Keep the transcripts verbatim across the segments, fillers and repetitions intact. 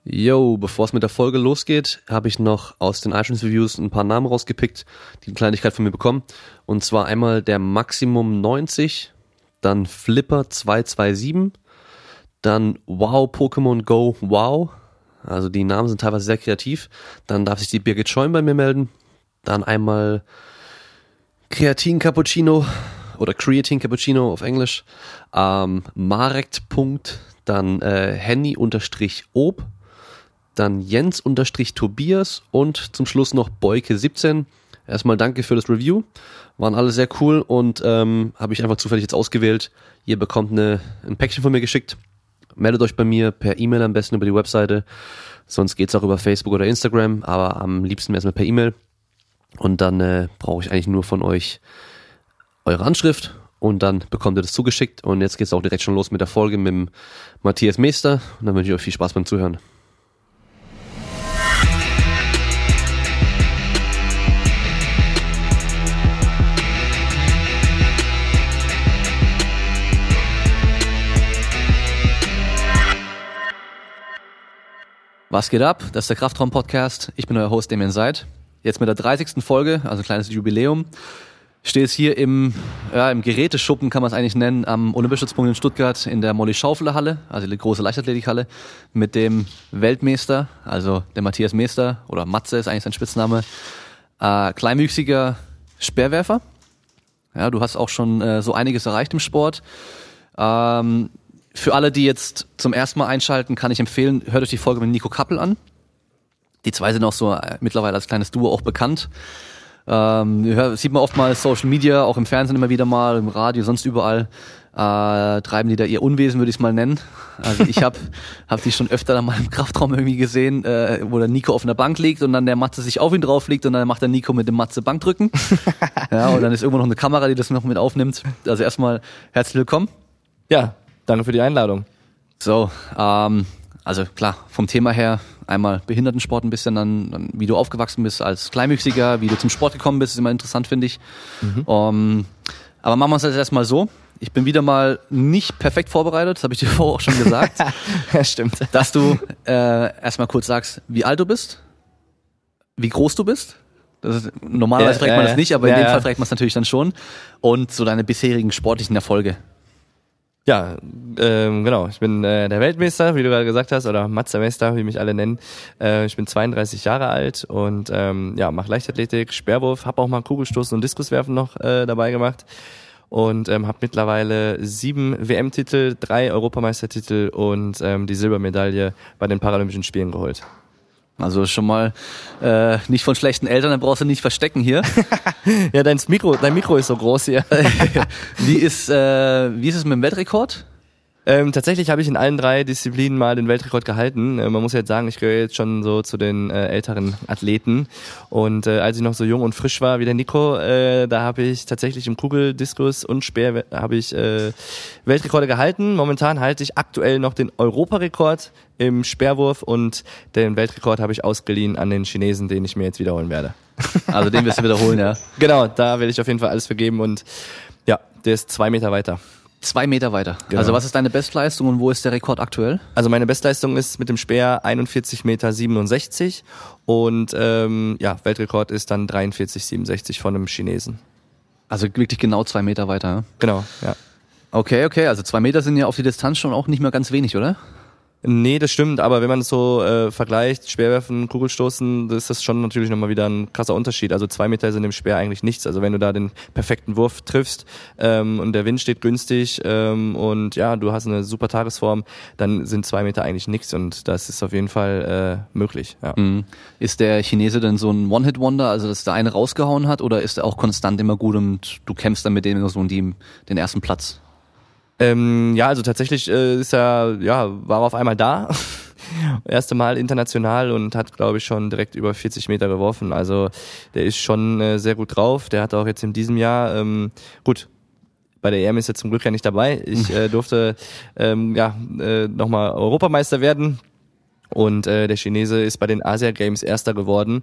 Yo, bevor es mit der Folge losgeht, habe ich noch aus den iTunes-Reviews ein paar Namen rausgepickt, die eine Kleinigkeit von mir bekommen. Und zwar einmal der Maximum neunzig, dann Flipper zwei zwei sieben, dann Wow Pokémon Go Wow. Also die Namen sind teilweise sehr kreativ. Dann darf sich die Birgit Scheum bei mir melden. Dann einmal Kreatin Cappuccino oder Creatine Cappuccino auf Englisch. Ähm, Marekt. Dann äh, Henny-Ob. Dann Jens-Tobias und zum Schluss noch Boyke siebzehn. Erstmal danke für das Review. Waren alle sehr cool und ähm, habe ich einfach zufällig jetzt ausgewählt. Ihr bekommt eine, ein Päckchen von mir geschickt. Meldet euch bei mir per E-Mail am besten über die Webseite. Sonst geht's auch über Facebook oder Instagram, aber am liebsten erstmal per E-Mail. Und dann äh, brauche ich eigentlich nur von euch eure Anschrift und dann bekommt ihr das zugeschickt. Und jetzt geht's auch direkt schon los mit der Folge mit dem Matthias Meester. Und dann wünsche ich euch viel Spaß beim Zuhören. Was geht ab? Das ist der Kraftraum-Podcast. Ich bin euer Host Damien Seid. Jetzt mit der dreißigsten Folge, also ein kleines Jubiläum. Ich stehe jetzt hier im, ja, im Geräteschuppen, kann man es eigentlich nennen, am Olympiastützpunkt in Stuttgart in der Molly-Schaufler-Halle, also die große Leichtathletikhalle, mit dem Weltmeister, also der Matthias Meester, oder Matze ist eigentlich sein Spitzname, äh, kleinwüchsiger Speerwerfer. Ja, du hast auch schon äh, so einiges erreicht im Sport. Ähm, Für alle, die jetzt zum ersten Mal einschalten, kann ich empfehlen, hört euch die Folge mit Nico Kappel an. Die zwei sind auch so äh, mittlerweile als kleines Duo auch bekannt. Ähm, hör, sieht man oft mal Social Media, auch im Fernsehen immer wieder mal, im Radio, sonst überall. Äh, treiben die da ihr Unwesen, würde ich es mal nennen. Also ich habe hab die schon öfter mal im Kraftraum irgendwie gesehen, äh, wo der Nico auf einer Bank liegt und dann der Matze sich auf ihn drauf liegt und dann macht der Nico mit dem Matze Bankdrücken. Ja, und dann ist irgendwo noch eine Kamera, die das noch mit aufnimmt. Also erstmal herzlich willkommen. Ja, danke für die Einladung. So, ähm, also klar, vom Thema her einmal Behindertensport ein bisschen, dann, dann wie du aufgewachsen bist als Kleinwüchsiger, wie du zum Sport gekommen bist, ist immer interessant, finde ich. Mhm. Um, aber machen wir es jetzt erstmal so. Ich bin wieder mal nicht perfekt vorbereitet, das habe ich dir vorher auch schon gesagt. Ja, stimmt. Dass du äh, erstmal kurz sagst, wie alt du bist, wie groß du bist. Das ist, normalerweise ja, fragt man ja, das nicht, aber ja, in dem ja. Fall fragt man es natürlich dann schon. Und so deine bisherigen sportlichen Erfolge. Ja, ähm, genau. Ich bin äh, der Weltmeister, wie du gerade gesagt hast, oder Matze Meister, wie mich alle nennen. Äh, ich bin zweiunddreißig Jahre alt und ähm, ja, mache Leichtathletik, Speerwurf, habe auch mal Kugelstoßen und Diskuswerfen noch äh, dabei gemacht und ähm, habe mittlerweile sieben W M-Titel, drei Europameistertitel und ähm, die Silbermedaille bei den Paralympischen Spielen geholt. Also schon mal äh, nicht von schlechten Eltern, dann brauchst du nicht verstecken hier. Ja, dein Mikro, dein Mikro ist so groß hier. Wie ist, äh, wie ist es mit dem Weltrekord? Ähm, tatsächlich habe ich in allen drei Disziplinen mal den Weltrekord gehalten. Äh, man muss jetzt sagen, ich gehöre jetzt schon so zu den äh, älteren Athleten. Und äh, als ich noch so jung und frisch war wie der Nico, äh, da habe ich tatsächlich im Kugeldiskus und Speer habe ich äh, Weltrekorde gehalten. Momentan halte ich aktuell noch den Europarekord im Speerwurf und den Weltrekord habe ich ausgeliehen an den Chinesen, den ich mir jetzt wiederholen werde. Also den wirst du wiederholen, ja? Genau, da will ich auf jeden Fall alles vergeben und ja, der ist zwei Meter weiter. Zwei Meter weiter. Genau. Also was ist deine Bestleistung und wo ist der Rekord aktuell? Also meine Bestleistung ist mit dem Speer einundvierzig Meter siebenundsechzig und ähm, ja, Weltrekord ist dann dreiundvierzig Komma siebenundsechzig von einem Chinesen. Also wirklich genau zwei Meter weiter, ja? Genau, ja. Okay, okay, also zwei Meter sind ja auf die Distanz schon auch nicht mehr ganz wenig, oder? Nee, das stimmt, aber wenn man es so äh, vergleicht, Speerwerfen, Kugelstoßen, ist das schon natürlich nochmal wieder ein krasser Unterschied. Also zwei Meter sind im Speer eigentlich nichts. Also wenn du da den perfekten Wurf triffst ähm, und der Wind steht günstig ähm, und ja, du hast eine super Tagesform, dann sind zwei Meter eigentlich nichts und das ist auf jeden Fall äh, möglich. Ja. Mhm. Ist der Chinese denn so ein One-Hit-Wonder, also dass der eine rausgehauen hat, oder ist er auch konstant immer gut und du kämpfst dann mit dem so um die, den ersten Platz? Ähm, ja, also tatsächlich äh, ist er, ja, war er auf einmal da. Erste Mal international und hat, glaube ich, schon direkt über vierzig Meter geworfen. Also der ist schon äh, sehr gut drauf. Der hat auch jetzt in diesem Jahr, ähm, gut, bei der E M ist er zum Glück ja nicht dabei. Ich äh, durfte ähm, ja äh, nochmal Europameister werden. Und äh, der Chinese ist bei den Asia Games Erster geworden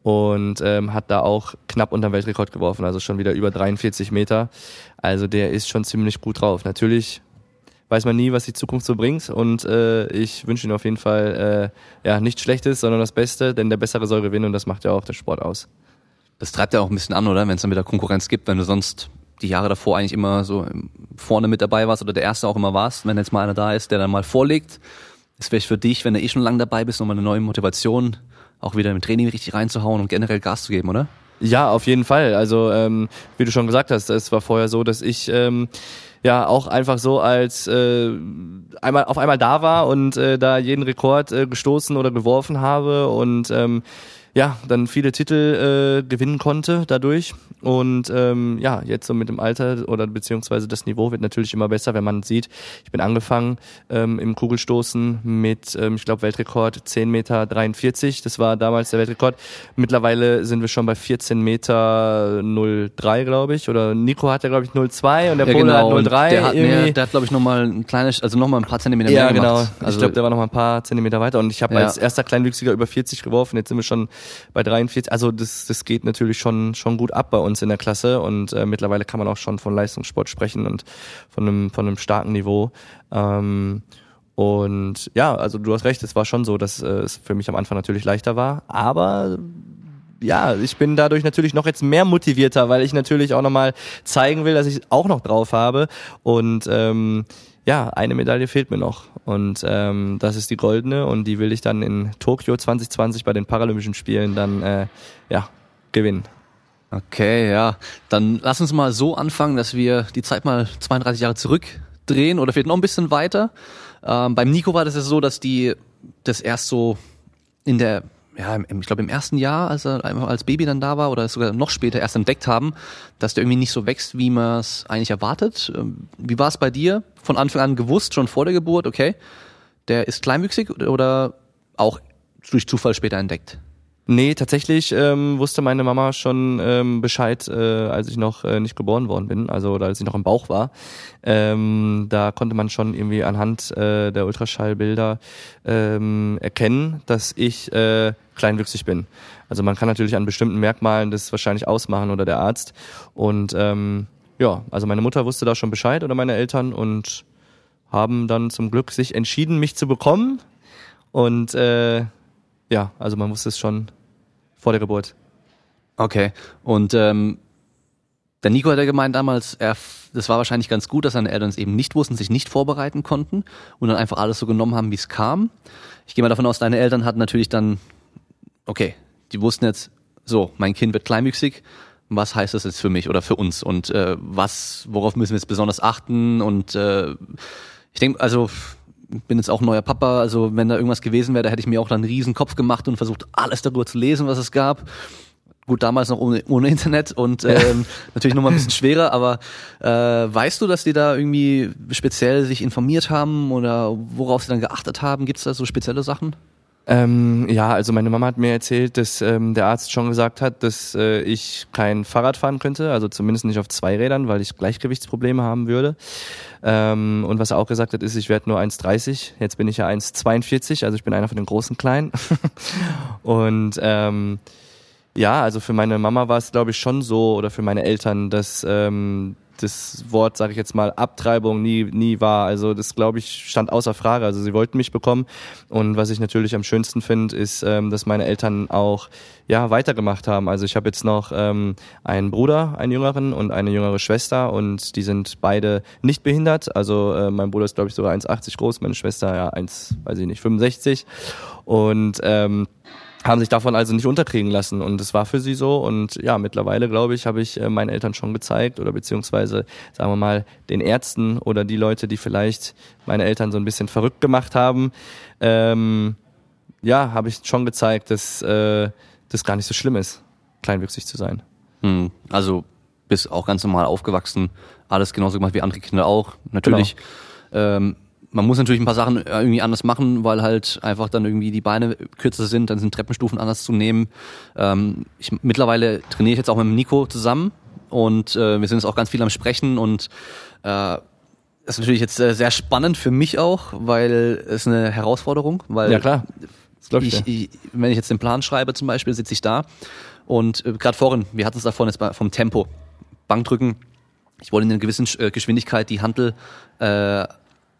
und ähm, hat da auch knapp unter dem Weltrekord geworfen, also schon wieder über dreiundvierzig Meter. Also der ist schon ziemlich gut drauf. Natürlich weiß man nie, was die Zukunft so bringt. Und äh, ich wünsche ihm auf jeden Fall äh, ja nichts Schlechtes, sondern das Beste, denn der Bessere soll gewinnen und das macht ja auch der Sport aus. Das treibt ja auch ein bisschen an, oder? Wenn es dann wieder Konkurrenz gibt, wenn du sonst die Jahre davor eigentlich immer so vorne mit dabei warst oder der Erste auch immer warst, wenn jetzt mal einer da ist, der dann mal vorlegt, ist vielleicht für dich, wenn du eh schon lange dabei bist, nochmal eine neue Motivation, auch wieder im Training richtig reinzuhauen und generell Gas zu geben, oder? Ja, auf jeden Fall. Also ähm, wie du schon gesagt hast, es war vorher so, dass ich ähm, ja auch einfach so als äh, einmal auf einmal da war und äh, da jeden Rekord äh, gestoßen oder geworfen habe und ähm, ja, dann viele Titel äh, gewinnen konnte dadurch. Und ähm, ja, jetzt so mit dem Alter oder beziehungsweise das Niveau wird natürlich immer besser, wenn man sieht, ich bin angefangen ähm, im Kugelstoßen mit, ähm, ich glaube, Weltrekord zehn Meter dreiundvierzig. Das war damals der Weltrekord. Mittlerweile sind wir schon bei vierzehn Meter null drei, glaube ich. Oder Nico hat ja, glaube ich, null zwei und der ja, Pole genau. hat null drei. Der hat, nee, der hat glaube ich, nochmal ein kleines, also nochmal ein paar Zentimeter ja, mehr genau. gemacht. Also, Also ich glaube, der war noch mal ein paar Zentimeter weiter. Und ich habe ja. als erster Kleinwüchsiger über vierzig geworfen. Jetzt sind wir schon bei dreiundvierzig. Also das, das geht natürlich schon, schon gut ab bei uns in der Klasse. Und äh, mittlerweile kann man auch schon von Leistungssport sprechen und von einem, von einem starken Niveau. Ähm, und ja, also du hast recht, es war schon so, dass äh, es für mich am Anfang natürlich leichter war. Aber ja, ich bin dadurch natürlich noch jetzt mehr motivierter, weil ich natürlich auch nochmal zeigen will, dass ich auch noch drauf habe. Und ähm, ja, eine Medaille fehlt mir noch. Und ähm, das ist die goldene und die will ich dann in Tokio zwanzig zwanzig bei den Paralympischen Spielen dann äh, ja, gewinnen. Okay, ja. Dann lass uns mal so anfangen, dass wir die Zeit mal zweiunddreißig Jahre zurückdrehen oder vielleicht noch ein bisschen weiter. Ähm, beim Nico war das ja so, dass die das erst so in der, ja, im, ich glaube im ersten Jahr, als er einfach als Baby dann da war oder sogar noch später erst entdeckt haben, dass der irgendwie nicht so wächst, wie man es eigentlich erwartet. Ähm, wie war es bei dir? Von Anfang an gewusst, schon vor der Geburt, okay, der ist kleinwüchsig oder auch durch Zufall später entdeckt? Nee, tatsächlich ähm, wusste meine Mama schon ähm, Bescheid, äh, als ich noch äh, nicht geboren worden bin, also oder als ich noch im Bauch war. Ähm, da konnte man schon irgendwie anhand äh, der Ultraschallbilder ähm, erkennen, dass ich äh, kleinwüchsig bin. Also man kann natürlich an bestimmten Merkmalen das wahrscheinlich ausmachen oder der Arzt. Und ähm, ja, also meine Mutter wusste da schon Bescheid oder meine Eltern und haben dann zum Glück sich entschieden, mich zu bekommen. Und äh, ja, also man wusste es schon vor der Geburt. Okay. Und ähm, der Nico hat ja gemeint damals, er, das war wahrscheinlich ganz gut, dass seine Eltern es eben nicht wussten, sich nicht vorbereiten konnten und dann einfach alles so genommen haben, wie es kam. Ich gehe mal davon aus, deine Eltern hatten natürlich dann, okay, die wussten jetzt, so, mein Kind wird kleinwüchsig, was heißt das jetzt für mich oder für uns und äh, was, worauf müssen wir jetzt besonders achten und äh, ich denke, also bin jetzt auch neuer Papa, also wenn da irgendwas gewesen wäre, da hätte ich mir auch dann einen riesen Kopf gemacht und versucht, alles darüber zu lesen, was es gab. Gut, damals noch ohne, ohne Internet und ähm, natürlich nochmal ein bisschen schwerer, aber äh, weißt du, dass die da irgendwie speziell sich informiert haben oder worauf sie dann geachtet haben? Gibt es da so spezielle Sachen? Ähm, ja, also meine Mama hat mir erzählt, dass ähm, der Arzt schon gesagt hat, dass äh, ich kein Fahrrad fahren könnte, also zumindest nicht auf zwei Rädern, weil ich Gleichgewichtsprobleme haben würde. Ähm, und was er auch gesagt hat, ist, ich werde nur eins dreißig, jetzt bin ich ja eins zweiundvierzig, also ich bin einer von den großen Kleinen. und ähm, ja, also für meine Mama war es, glaube ich, schon so, oder für meine Eltern, dass ähm, das Wort, sage ich jetzt mal, Abtreibung nie nie war. Also das, glaube ich, stand außer Frage. Also sie wollten mich bekommen. Und was ich natürlich am schönsten finde, ist, ähm, dass meine Eltern auch ja weitergemacht haben. Also ich habe jetzt noch ähm, einen Bruder, einen jüngeren und eine jüngere Schwester und die sind beide nicht behindert. Also äh, mein Bruder ist, glaube ich, sogar eins achtzig groß, meine Schwester ja eins, weiß ich nicht, fünfundsechzig. Und ähm, haben sich davon also nicht unterkriegen lassen und das war für sie so und ja, mittlerweile, glaube ich, habe ich äh, meinen Eltern schon gezeigt oder beziehungsweise, sagen wir mal, den Ärzten oder die Leute, die vielleicht meine Eltern so ein bisschen verrückt gemacht haben, ähm, ja, habe ich schon gezeigt, dass äh, das gar nicht so schlimm ist, kleinwüchsig zu sein. Hm, also bist auch ganz normal aufgewachsen, alles genauso gemacht wie andere Kinder auch. Natürlich, genau. ähm, Man muss natürlich ein paar Sachen irgendwie anders machen, weil halt einfach dann irgendwie die Beine kürzer sind, dann sind Treppenstufen anders zu nehmen. Ähm, ich, mittlerweile trainiere ich jetzt auch mit dem Nico zusammen und äh, wir sind jetzt auch ganz viel am Sprechen und äh, das ist natürlich jetzt äh, sehr spannend für mich auch, weil es eine Herausforderung, weil ja klar, das glaub ich, ich, ich, wenn ich jetzt den Plan schreibe zum Beispiel, sitze ich da und äh, gerade vorhin, wir hatten es da vorhin jetzt bei, vom Tempo, Bankdrücken, ich wollte in einer gewissen äh, Geschwindigkeit die Hantel äh,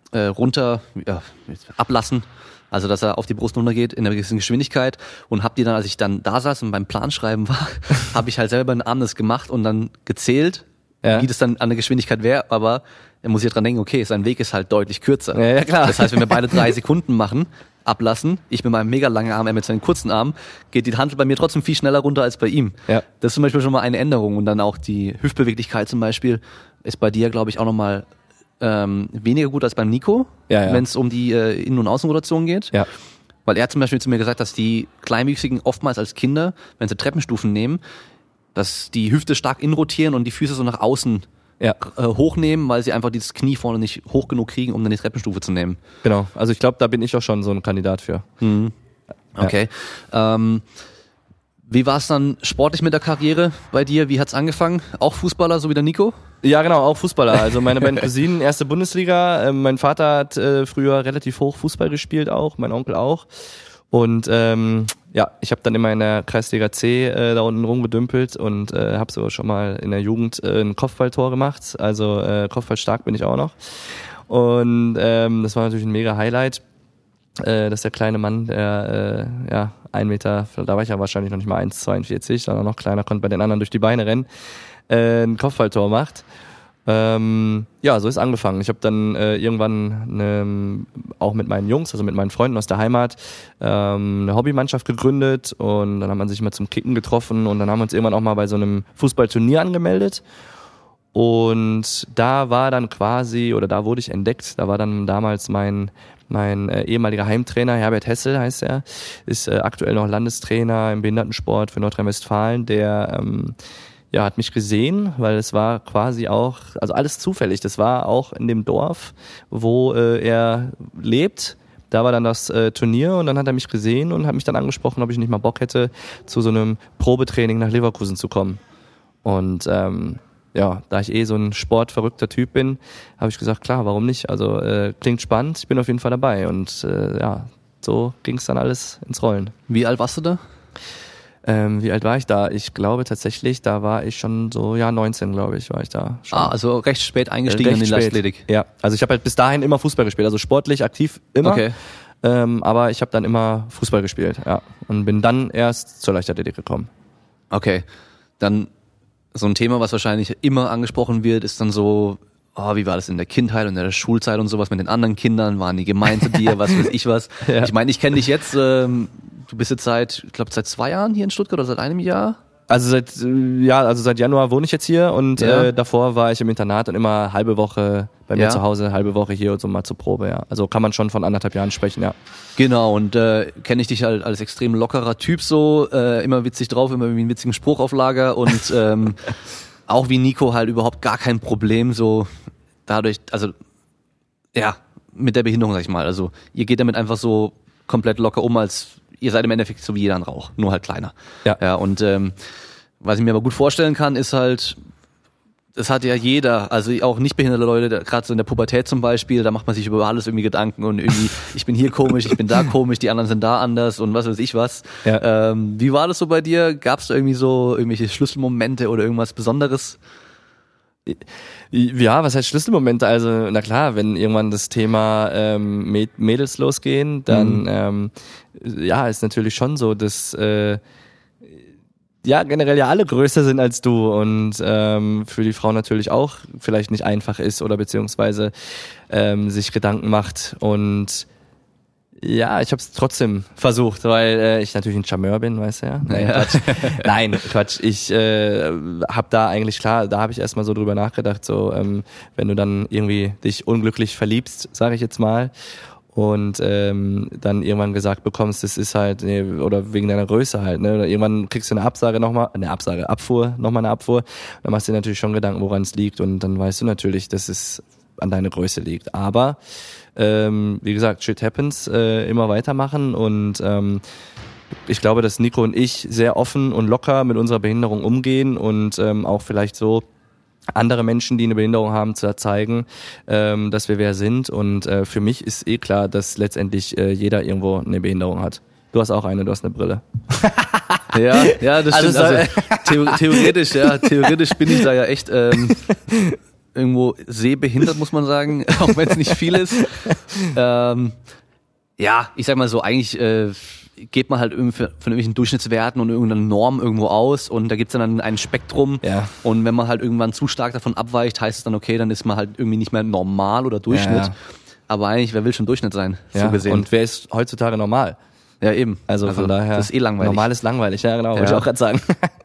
äh, runter, ja, ablassen. Also, dass er auf die Brust runtergeht in einer gewissen Geschwindigkeit und hab die dann, als ich dann da saß und beim Planschreiben war, habe ich halt selber einen Arm das gemacht und dann gezählt, ja. wie das dann an der Geschwindigkeit wäre, aber er muss ja dran denken, okay, sein Weg ist halt deutlich kürzer. Ja, ja, klar. Das heißt, wenn wir beide drei Sekunden machen, ablassen, ich mit meinem mega langen Arm, er mit seinen kurzen Armen, geht die Hantel bei mir trotzdem viel schneller runter als bei ihm. Ja. Das ist zum Beispiel schon mal eine Änderung und dann auch die Hüftbeweglichkeit zum Beispiel ist bei dir, glaube ich, auch nochmal Ähm, weniger gut als beim Nico, ja, ja. wenn es um die äh, Innen- und Außenrotation geht. Ja. Weil er hat zum Beispiel zu mir gesagt, dass die Kleinwüchsigen oftmals als Kinder, wenn sie Treppenstufen nehmen, dass die Hüfte stark inrotieren und die Füße so nach außen ja. äh, hochnehmen, weil sie einfach dieses Knie vorne nicht hoch genug kriegen, um dann die Treppenstufe zu nehmen. Genau, also ich glaube, da bin ich auch schon so ein Kandidat für. Mhm. Okay. Ja. Ähm, wie war es dann sportlich mit der Karriere bei dir? Wie hat's angefangen? Auch Fußballer, so wie der Nico? Ja, genau, auch Fußballer. Also meine beiden Cousinen, erste Bundesliga. Ähm, mein Vater hat äh, früher relativ hoch Fußball gespielt auch, mein Onkel auch. Und ähm, ja, ich habe dann immer in der Kreisliga C äh, da unten rumgedümpelt und äh, habe so schon mal in der Jugend äh, ein Kopfballtor gemacht. Also äh, Kopfballstark bin ich auch noch. Und ähm, das war natürlich ein mega Highlight, äh, dass der kleine Mann, der äh, ja ein Meter, da war ich ja wahrscheinlich noch nicht mal eins Komma zweiundvierzig, sondern noch kleiner, konnte bei den anderen durch die Beine rennen, äh, ein Kopfballtor macht. Ähm, ja, so ist angefangen. Ich habe dann äh, irgendwann ne, auch mit meinen Jungs, also mit meinen Freunden aus der Heimat, ähm, eine Hobbymannschaft gegründet und dann hat man sich mal zum Kicken getroffen und dann haben wir uns irgendwann auch mal bei so einem Fußballturnier angemeldet. Und da war dann quasi, oder da wurde ich entdeckt, da war dann damals mein mein äh, ehemaliger Heimtrainer, Herbert Hessel heißt er, ist äh, aktuell noch Landestrainer im Behindertensport für Nordrhein-Westfalen, der ähm, ja, hat mich gesehen, weil es war quasi auch, also alles zufällig, das war auch in dem Dorf, wo äh, er lebt. Da war dann das äh, Turnier und dann hat er mich gesehen und hat mich dann angesprochen, ob ich nicht mal Bock hätte, zu so einem Probetraining nach Leverkusen zu kommen. Und ähm, ja, da ich eh so ein sportverrückter Typ bin, habe ich gesagt, klar, warum nicht? Also äh, klingt spannend, ich bin auf jeden Fall dabei. Und äh, ja, so ging es dann alles ins Rollen. Wie alt warst du da? Ähm, wie alt war ich da? Ich glaube tatsächlich, da war ich schon so, ja, neunzehn, glaube ich, war ich da schon. Ah, also recht spät eingestiegen recht in die Leichtathletik. Ja, also ich habe halt bis dahin immer Fußball gespielt, also sportlich aktiv immer. Okay. Ähm, aber ich habe dann immer Fußball gespielt, ja. Und bin dann erst zur Leichtathletik gekommen. Okay, dann so ein Thema, was wahrscheinlich immer angesprochen wird, ist dann so, oh, wie war das in der Kindheit und in der Schulzeit und sowas mit den anderen Kindern, waren die gemein zu dir, was weiß ich was. Ja. Ich meine, ich kenne dich jetzt, ähm, du bist jetzt seit, ich glaube seit zwei Jahren hier in Stuttgart oder seit einem Jahr? Also seit, ja, also seit Januar wohne ich jetzt hier und ja. äh, davor war ich im Internat und immer halbe Woche bei mir ja. zu Hause, halbe Woche hier und so mal zur Probe, ja. Also kann man schon von anderthalb Jahren sprechen, ja. Genau, und äh, kenne ich dich halt als extrem lockerer Typ so, äh, immer witzig drauf, immer irgendwie einen witzigen Spruch auf Lager und ähm, auch wie Nico halt überhaupt gar kein Problem so dadurch, also ja, mit der Behinderung, sag ich mal. Also ihr geht damit einfach so komplett locker um, als ihr seid im Endeffekt so wie jeder ein Rauch, nur halt kleiner. Ja. Ja, und ähm, was ich mir aber gut vorstellen kann, ist halt, das hat ja jeder, also auch nicht behinderte Leute, gerade so in der Pubertät zum Beispiel, da macht man sich über alles irgendwie Gedanken und irgendwie, ich bin hier komisch, ich bin da komisch, die anderen sind da anders und was weiß ich was. Ja. Ähm, wie war das so bei dir? Gab es da irgendwie so irgendwelche Schlüsselmomente oder irgendwas Besonderes? Ja, was heißt Schlüsselmomente? Also, na klar, wenn irgendwann das Thema ähm, Mädels losgehen, dann mhm. ähm, ja, ist natürlich schon so, dass äh, ja generell ja alle größer sind als du und ähm, für die Frau natürlich auch vielleicht nicht einfach ist oder beziehungsweise ähm, sich Gedanken macht und ja, ich habe es trotzdem versucht, weil äh, ich natürlich ein Charmeur bin, weißt du ja. Nein, ja. Quatsch. Nein, Quatsch. Ich äh, habe da eigentlich, klar, da habe ich erstmal so drüber nachgedacht, so ähm, wenn du dann irgendwie dich unglücklich verliebst, sage ich jetzt mal, und ähm, dann irgendwann gesagt bekommst, das ist halt, nee, oder wegen deiner Größe halt, ne, oder irgendwann kriegst du eine Absage nochmal, eine Absage, Abfuhr, nochmal eine Abfuhr, dann machst du dir natürlich schon Gedanken, woran es liegt und dann weißt du natürlich, dass es an deiner Größe liegt, aber Ähm, wie gesagt, shit happens, äh, immer weitermachen und ähm, ich glaube, dass Nico und ich sehr offen und locker mit unserer Behinderung umgehen und ähm, auch vielleicht so andere Menschen, die eine Behinderung haben, zu zeigen, ähm, dass wir wer sind und äh, für mich ist eh klar, dass letztendlich äh, jeder irgendwo eine Behinderung hat. Du hast auch eine, du hast eine Brille. Ja, ja, das stimmt. Also, also, theoretisch, ja, theoretisch bin ich da ja echt ähm, irgendwo sehbehindert, muss man sagen, auch wenn es nicht viel ist. ähm, ja, ich sag mal so, eigentlich äh, geht man halt irgendwie von irgendwelchen Durchschnittswerten und irgendeiner Norm irgendwo aus und da gibt's dann ein Spektrum Ja. und wenn man halt irgendwann zu stark davon abweicht, heißt es dann, okay, dann ist man halt irgendwie nicht mehr normal oder Durchschnitt. Ja. Aber eigentlich, wer will schon Durchschnitt sein, Ja, so gesehen. und wer ist heutzutage normal? Ja, eben. Also, von daher. Das ist eh langweilig. Normal ist langweilig, ja genau, Ja. wollte ich auch gerade sagen.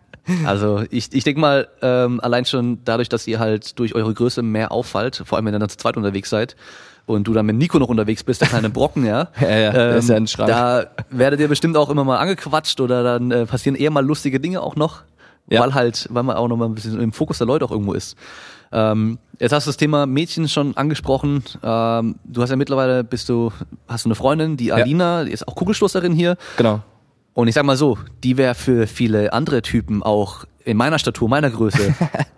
Also ich, ich denke mal, ähm, allein schon dadurch, dass ihr halt durch eure Größe mehr auffallt, vor allem wenn ihr dann zu zweit unterwegs seid und du dann mit Nico noch unterwegs bist, der kleine Brocken, ja. Ja, ja, der ist ja ein Schrank. Da werdet ihr bestimmt auch immer mal angequatscht oder dann äh, passieren eher mal lustige Dinge auch noch, Ja. weil halt, weil man auch noch mal ein bisschen im Fokus der Leute auch irgendwo ist. Ähm, jetzt hast du das Thema Mädchen schon angesprochen. Ähm, du hast ja mittlerweile, bist du, hast du eine Freundin, die Alina, die ist auch Kugelstoßerin hier. Genau. Und ich sag mal so, die wäre für viele andere Typen auch in meiner Statur, meiner Größe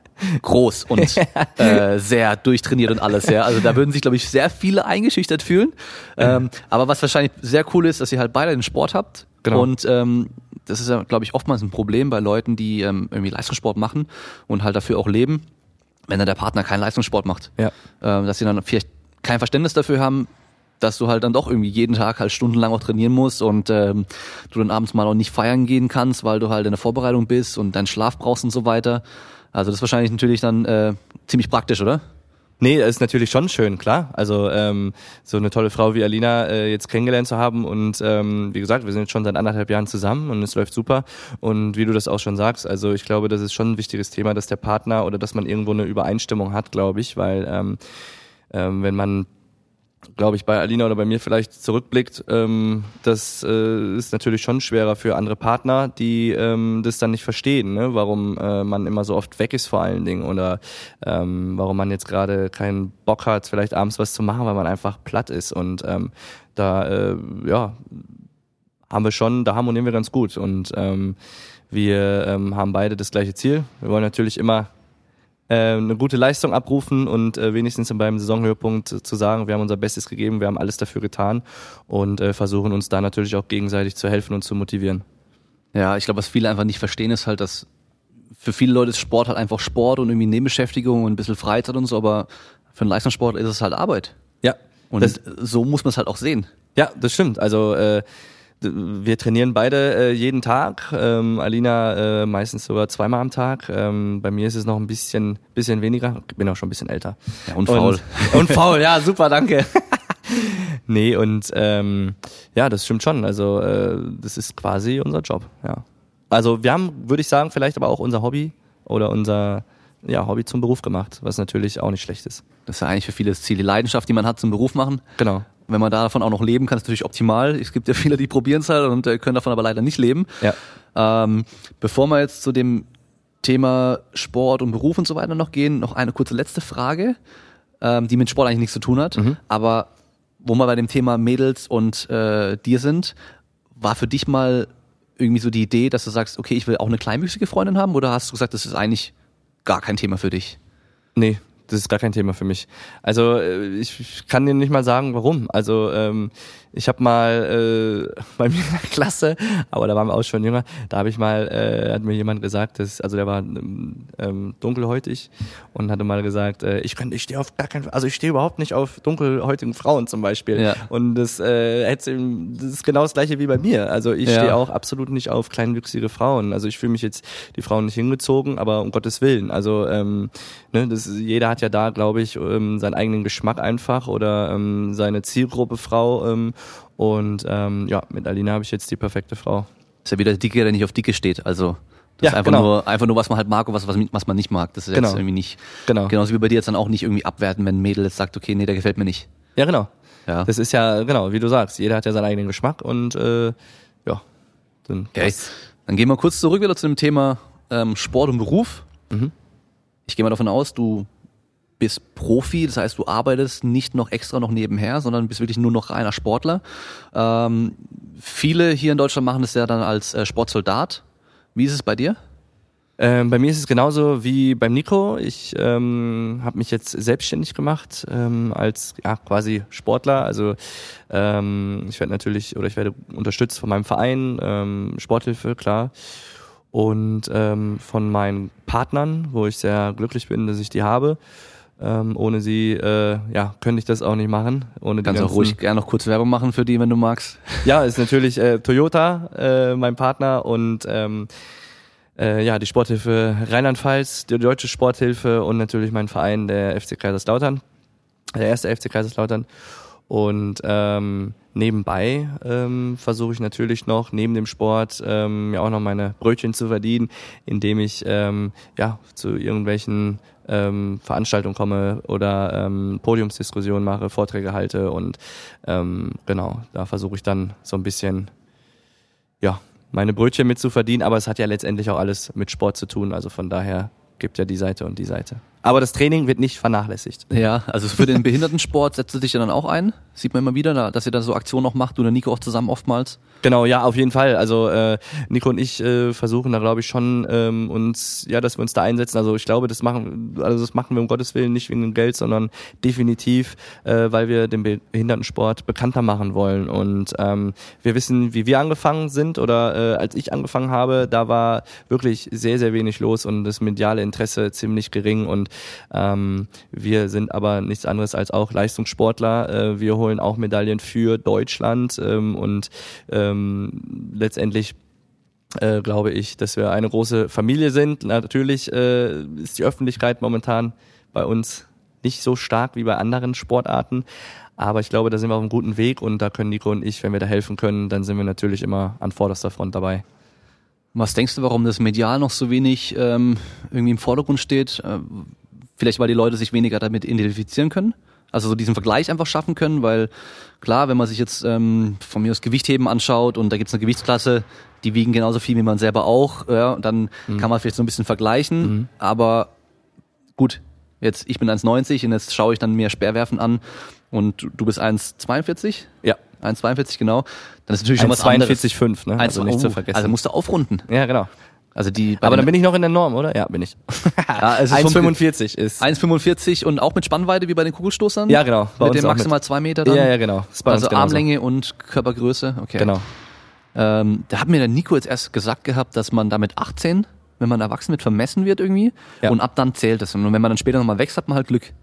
groß und äh, sehr durchtrainiert und alles, ja. Also da würden sich, glaube ich, sehr viele eingeschüchtert fühlen. Ähm, aber was wahrscheinlich sehr cool ist, dass ihr halt beide den Sport habt. Genau. Und ähm, das ist ja, glaube ich, oftmals ein Problem bei Leuten, die ähm, irgendwie Leistungssport machen und halt dafür auch leben, wenn dann der Partner keinen Leistungssport macht. Ja. Ähm, dass sie dann vielleicht kein Verständnis dafür haben, dass du halt dann doch irgendwie jeden Tag halt stundenlang auch trainieren musst und ähm, du dann abends mal auch nicht feiern gehen kannst, weil du halt in der Vorbereitung bist und deinen Schlaf brauchst und so weiter. Also das ist wahrscheinlich natürlich dann äh, ziemlich praktisch, oder? Nee, das ist natürlich schon schön, klar. Also ähm, so eine tolle Frau wie Alina äh, jetzt kennengelernt zu haben und ähm, wie gesagt, wir sind jetzt schon seit anderthalb Jahren zusammen und es läuft super. Und wie du das auch schon sagst, also ich glaube, das ist schon ein wichtiges Thema, dass der Partner oder dass man irgendwo eine Übereinstimmung hat, glaube ich, weil ähm, ähm, wenn man glaube ich, bei Alina oder bei mir vielleicht zurückblickt, ähm, das äh, ist natürlich schon schwerer für andere Partner, die ähm, das dann nicht verstehen, ne? Warum äh, man immer so oft weg ist vor allen Dingen oder ähm, warum man jetzt gerade keinen Bock hat, vielleicht abends was zu machen, weil man einfach platt ist und ähm, da, äh, ja, haben wir schon, da harmonieren wir ganz gut und ähm, wir ähm, haben beide das gleiche Ziel. Wir wollen natürlich immer eine gute Leistung abrufen und äh, wenigstens beim Saisonhöhepunkt zu sagen, wir haben unser Bestes gegeben, wir haben alles dafür getan und äh, versuchen uns da natürlich auch gegenseitig zu helfen und zu motivieren. Ja, ich glaube, was viele einfach nicht verstehen, ist halt, dass für viele Leute ist Sport halt einfach Sport und irgendwie Nebenbeschäftigung und ein bisschen Freizeit und so, aber für einen Leistungssport ist es halt Arbeit. Ja. Und das, so muss man es halt auch sehen. Ja, das stimmt. Also äh, wir trainieren beide äh, jeden Tag, ähm, Alina äh, meistens sogar zweimal am Tag. Ähm, bei mir ist es noch ein bisschen bisschen weniger. Ich bin auch schon ein bisschen älter. Ja, und faul. Und, und faul, ja, super, danke. Nee, und ähm, ja, das stimmt schon. Also äh, das ist quasi unser Job, ja. Also wir haben, würde ich sagen, vielleicht aber auch unser Hobby oder unser ja, Hobby zum Beruf gemacht, was natürlich auch nicht schlecht ist. Das ist ja eigentlich für viele das Ziel, die Leidenschaft, die man hat, zum Beruf machen. Genau. Wenn man davon auch noch leben kann, ist natürlich optimal. Es gibt ja viele, die probieren es halt und äh, können davon aber leider nicht leben. Ja. Ähm, bevor wir jetzt zu dem Thema Sport und Beruf und so weiter noch gehen, noch eine kurze letzte Frage, ähm, die mit Sport eigentlich nichts zu tun hat, Mhm. aber wo wir bei dem Thema Mädels und äh, dir sind, war für dich mal irgendwie so die Idee, dass du sagst, okay, ich will auch eine kleinwüchsige Freundin haben, oder hast du gesagt, das ist eigentlich gar kein Thema für dich? Nee, das ist gar kein Thema für mich. Also ich, ich kann dir nicht mal sagen, warum. Also ähm, ich habe mal äh, bei mir in der Klasse, aber da waren wir auch schon jünger, da habe ich mal, äh, hat mir jemand gesagt, dass, also der war ähm, dunkelhäutig und hatte mal gesagt, äh, ich kann, ich stehe auf gar keinen, also ich stehe überhaupt nicht auf dunkelhäutigen Frauen zum Beispiel. Ja. Und das, äh, das ist genau das Gleiche wie bei mir. Also ich ja. stehe auch absolut nicht auf kleinwüchsige Frauen. Also ich fühle mich jetzt die Frauen nicht hingezogen, aber um Gottes Willen. Also ähm, ne, das, jeder hat ja da, glaube ich, ähm, seinen eigenen Geschmack einfach oder ähm, seine Zielgruppe Frau. Ähm, und ähm, ja, mit Alina habe ich jetzt die perfekte Frau. Ist ja wieder der Dicke, der nicht auf Dicke steht. Also das ja, ist einfach genau. nur einfach nur, was man halt mag und was, was, was man nicht mag. Das ist genau. jetzt irgendwie nicht, genau. genauso wie bei dir jetzt dann auch nicht irgendwie abwerten, wenn ein Mädel jetzt sagt, okay, nee, der gefällt mir nicht. Ja, genau. Ja. Das ist ja, genau, wie du sagst, jeder hat ja seinen eigenen Geschmack und äh, ja. Dann, okay. Dann gehen wir kurz zurück wieder zu dem Thema ähm, Sport und Beruf. Mhm. Ich gehe mal davon aus, du bist Profi, das heißt, du arbeitest nicht noch extra noch nebenher, sondern bist wirklich nur noch reiner Sportler. Ähm, viele hier in Deutschland machen das ja dann als äh, Sportsoldat. Wie ist es bei dir? Ähm, bei mir ist es genauso wie beim Nico. Ich ähm, habe mich jetzt selbstständig gemacht ähm, als ja quasi Sportler. Also ähm, ich werde natürlich oder ich werde unterstützt von meinem Verein, ähm, Sporthilfe, klar. Und ähm, von meinen Partnern, wo ich sehr glücklich bin, dass ich die habe. Ähm, ohne sie, äh, ja, könnte ich das auch nicht machen. Ohne Kannst auch ruhig gerne noch kurz Werbung machen für die, wenn du magst. Ja, ist natürlich äh, Toyota, äh, mein Partner und ähm, äh, ja, die Sporthilfe Rheinland-Pfalz, die Deutsche Sporthilfe und natürlich mein Verein, der F C Kaiserslautern, der erste F C Kaiserslautern. Und ähm, nebenbei ähm, versuche ich natürlich noch neben dem Sport ähm, ja auch noch meine Brötchen zu verdienen, indem ich ähm, ja zu irgendwelchen ähm, Veranstaltungen komme oder ähm, Podiumsdiskussionen mache, Vorträge halte und ähm, genau, da versuche ich dann so ein bisschen ja meine Brötchen mit zu verdienen, aber es hat ja letztendlich auch alles mit Sport zu tun, also von daher gibt ja die Seite und die Seite. Aber das Training wird nicht vernachlässigt. Ja, also für den Behindertensport setzt du dich ja dann auch ein. Sieht man immer wieder, dass ihr da so Aktionen noch macht, du und Nico auch zusammen oftmals. Genau, ja, auf jeden Fall. Also äh, Nico und ich äh, versuchen da, glaube ich, schon ähm, uns, ja, dass wir uns da einsetzen. Also ich glaube, das machen, also das machen wir um Gottes Willen nicht wegen dem Geld, sondern definitiv, äh, weil wir den Behindertensport bekannter machen wollen. Und ähm, wir wissen, wie wir angefangen sind oder äh, als ich angefangen habe, da war wirklich sehr, sehr wenig los und das mediale Interesse ziemlich gering. Und ähm, wir sind aber nichts anderes als auch Leistungssportler. Äh, wir holen auch Medaillen für Deutschland ähm, und ähm, letztendlich äh, glaube ich, dass wir eine große Familie sind. Natürlich äh, ist die Öffentlichkeit momentan bei uns nicht so stark wie bei anderen Sportarten, aber ich glaube, da sind wir auf einem guten Weg und da können Nico und ich, wenn wir da helfen können, dann sind wir natürlich immer an vorderster Front dabei. Was denkst du, warum das medial noch so wenig ähm, irgendwie im Vordergrund steht? Äh, vielleicht, weil die Leute sich weniger damit identifizieren können? Also so diesen Vergleich einfach schaffen können, weil klar, wenn man sich jetzt ähm, von mir aus Gewichtheben anschaut und da gibt's eine Gewichtsklasse, die wiegen genauso viel wie man selber auch, ja, dann mhm. kann man vielleicht so ein bisschen vergleichen, mhm. aber gut, jetzt ich bin eins neunzig und jetzt schaue ich dann mir Speerwerfen an und du bist eins zweiundvierzig? Ja. eins zweiundvierzig, genau. Dann ist natürlich schon was zweiundvierzig Komma fünf, ne? Also nicht oh, zu vergessen. Also musst du aufrunden. Ja, genau. Also die, aber dann bin ich noch in der Norm, oder? Ja, bin ich. Ja, also eins Komma fünfundvierzig ist. eins Komma fünfundvierzig und auch mit Spannweite wie bei den Kugelstoßern? Ja, genau. Bei mit dem maximal mit. zwei Meter dann? Ja, ja, genau. Also Armlänge und Körpergröße, okay. Genau. Ähm, da hat mir der Nico jetzt erst gesagt gehabt, dass man da mit achtzehn, wenn man erwachsen wird, vermessen wird irgendwie ja. und ab dann zählt es. Und wenn man dann später nochmal wächst, hat man halt Glück.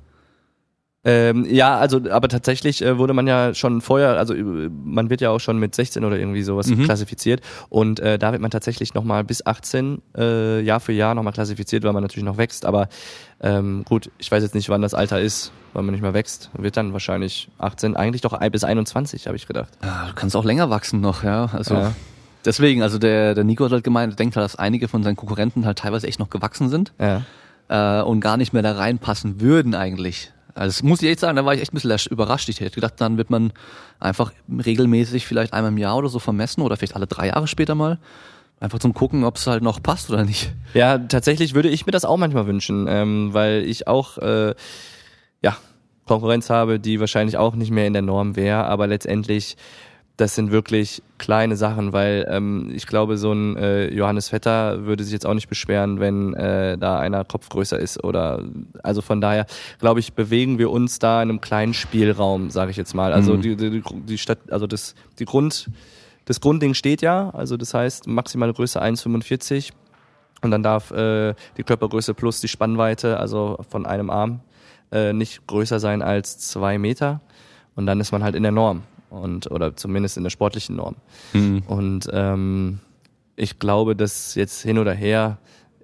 Ähm, ja, also aber tatsächlich äh, wurde man ja schon vorher, also äh, man wird ja auch schon mit sechzehn oder irgendwie sowas mhm. klassifiziert und äh, da wird man tatsächlich nochmal bis achtzehn äh, Jahr für Jahr nochmal klassifiziert, weil man natürlich noch wächst, aber ähm, gut, ich weiß jetzt nicht, wann das Alter ist, weil man nicht mehr wächst, wird dann wahrscheinlich achtzehn, eigentlich doch bis einundzwanzig, habe ich gedacht. Ja, du kannst auch länger wachsen noch, ja, also ja. Deswegen, also der, der Nico hat halt gemeint, denkt halt, dass einige von seinen Konkurrenten halt teilweise echt noch gewachsen sind ja. äh, und gar nicht mehr da reinpassen würden eigentlich. Also das muss ich echt sagen, da war ich echt ein bisschen überrascht. Ich hätte gedacht, dann wird man einfach regelmäßig vielleicht einmal im Jahr oder so vermessen oder vielleicht alle drei Jahre später mal. Einfach zum Gucken, ob es halt noch passt oder nicht. Ja, tatsächlich würde ich mir das auch manchmal wünschen, ähm, weil ich auch äh, ja Konkurrenz habe, die wahrscheinlich auch nicht mehr in der Norm wäre, aber letztendlich das sind wirklich kleine Sachen, weil ähm, ich glaube, so ein äh, Johannes Vetter würde sich jetzt auch nicht beschweren, wenn äh, da einer Kopf größer ist oder also von daher glaube ich, bewegen wir uns da in einem kleinen Spielraum, sage ich jetzt mal. Also mhm. die die die Stadt, also das die Grund das Grundding steht ja, also das heißt maximale Größe eins Komma fünfundvierzig und dann darf äh, die Körpergröße plus die Spannweite, also von einem Arm äh, nicht größer sein als zwei Meter und dann ist man halt in der Norm. Und oder zumindest in der sportlichen Norm. Mhm. Und ähm, ich glaube, dass jetzt hin oder her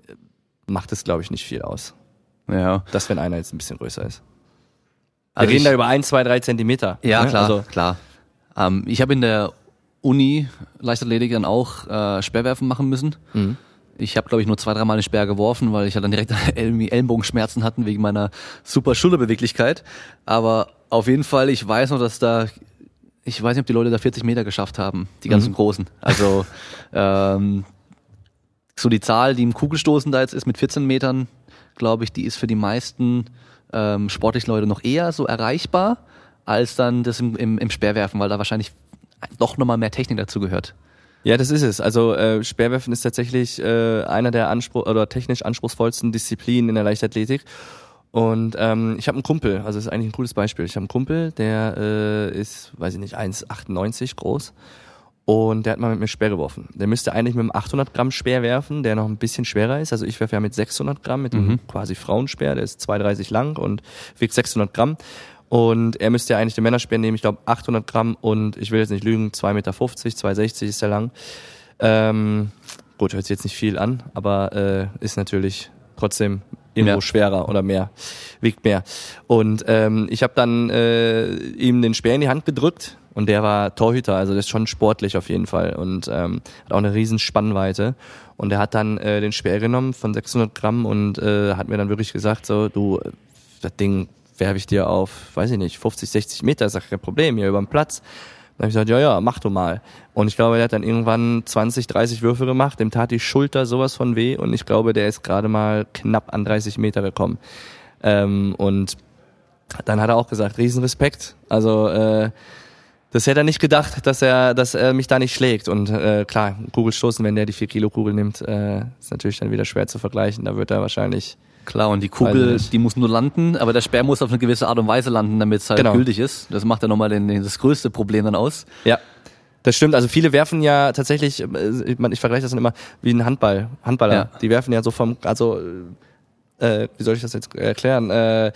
macht es, glaube ich, nicht viel aus. Ja. Dass wenn einer jetzt ein bisschen größer ist. Wir Also reden ich, da über ein, zwei, drei Zentimeter. Ja, ne? klar, also, klar. Ähm, ich habe in der Uni Leichtathletik dann auch äh, Speerwerfen machen müssen. Mhm. Ich habe, glaube ich, nur zwei, dreimal den Speer geworfen, weil ich ja dann direkt irgendwie Ellenbogenschmerzen hatten wegen meiner super Schulterbeweglichkeit. Aber auf jeden Fall, ich weiß noch, dass da ich weiß nicht, ob die Leute da vierzig Meter geschafft haben, die ganzen mhm. Großen. Also ähm, so die Zahl, die im Kugelstoßen da jetzt ist mit vierzehn Metern, glaube ich, die ist für die meisten ähm, sportlichen Leute noch eher so erreichbar, als dann das im, im, im Speerwerfen, weil da wahrscheinlich doch nochmal mehr Technik dazu gehört. Ja, das ist es. Also äh, Speerwerfen ist tatsächlich äh, einer der Anspruch oder technisch anspruchsvollsten Disziplinen in der Leichtathletik. Und ähm, ich habe einen Kumpel, also das ist eigentlich ein cooles Beispiel. Ich habe einen Kumpel, der äh, ist, weiß ich nicht, eins Komma achtundneunzig groß Und der hat mal mit mir Speer geworfen. Der müsste eigentlich mit einem achthundert Gramm Speer werfen, der noch ein bisschen schwerer ist. Also ich werfe ja mit sechshundert Gramm, mit dem Mhm. quasi Frauenspeer, der ist zwei Komma dreißig lang und wiegt sechshundert Gramm. Und er müsste ja eigentlich den Männerspeer nehmen, ich glaube achthundert Gramm und ich will jetzt nicht lügen, zwei Komma fünfzig Meter, zwei Komma sechzig ist der lang. Ähm, gut, hört sich jetzt nicht viel an, aber äh, ist natürlich trotzdem irgendwo Ja. schwerer oder mehr, wiegt mehr. Und ähm, ich habe dann äh, ihm den Speer in die Hand gedrückt und der war Torhüter, also der ist schon sportlich auf jeden Fall und ähm, hat auch eine riesen Spannweite. Und er hat dann äh, den Speer genommen von sechshundert Gramm und äh, hat mir dann wirklich gesagt, so, du, das Ding werfe ich dir auf, weiß ich nicht, fünfzig, sechzig Meter, ist ja kein Problem, hier über den Platz. Dann habe ich gesagt, ja, ja, mach du mal. Und ich glaube, der hat dann irgendwann zwanzig, dreißig Würfe gemacht, dem tat die Schulter sowas von weh und ich glaube, der ist gerade mal knapp an dreißig Meter gekommen. Ähm, und dann hat er auch gesagt, Riesenrespekt. Also äh, das hätte er nicht gedacht, dass er, dass er mich da nicht schlägt. Und äh, klar, Kugelstoßen, wenn der die vier Kilo Kugel nimmt, äh, ist natürlich dann wieder schwer zu vergleichen. Da wird er wahrscheinlich... Klar, und die Weiß Kugel, ich nicht. die muss nur landen, aber der Speer muss auf eine gewisse Art und Weise landen, damit es halt Genau. gültig ist. Das macht ja nochmal den, den, das größte Problem dann aus. Ja, das stimmt. Also viele werfen ja tatsächlich, äh, ich, mein, ich vergleiche das dann immer wie ein Handball, Handballer. Ja. Die werfen ja so vom, also äh, wie soll ich das jetzt erklären? Äh,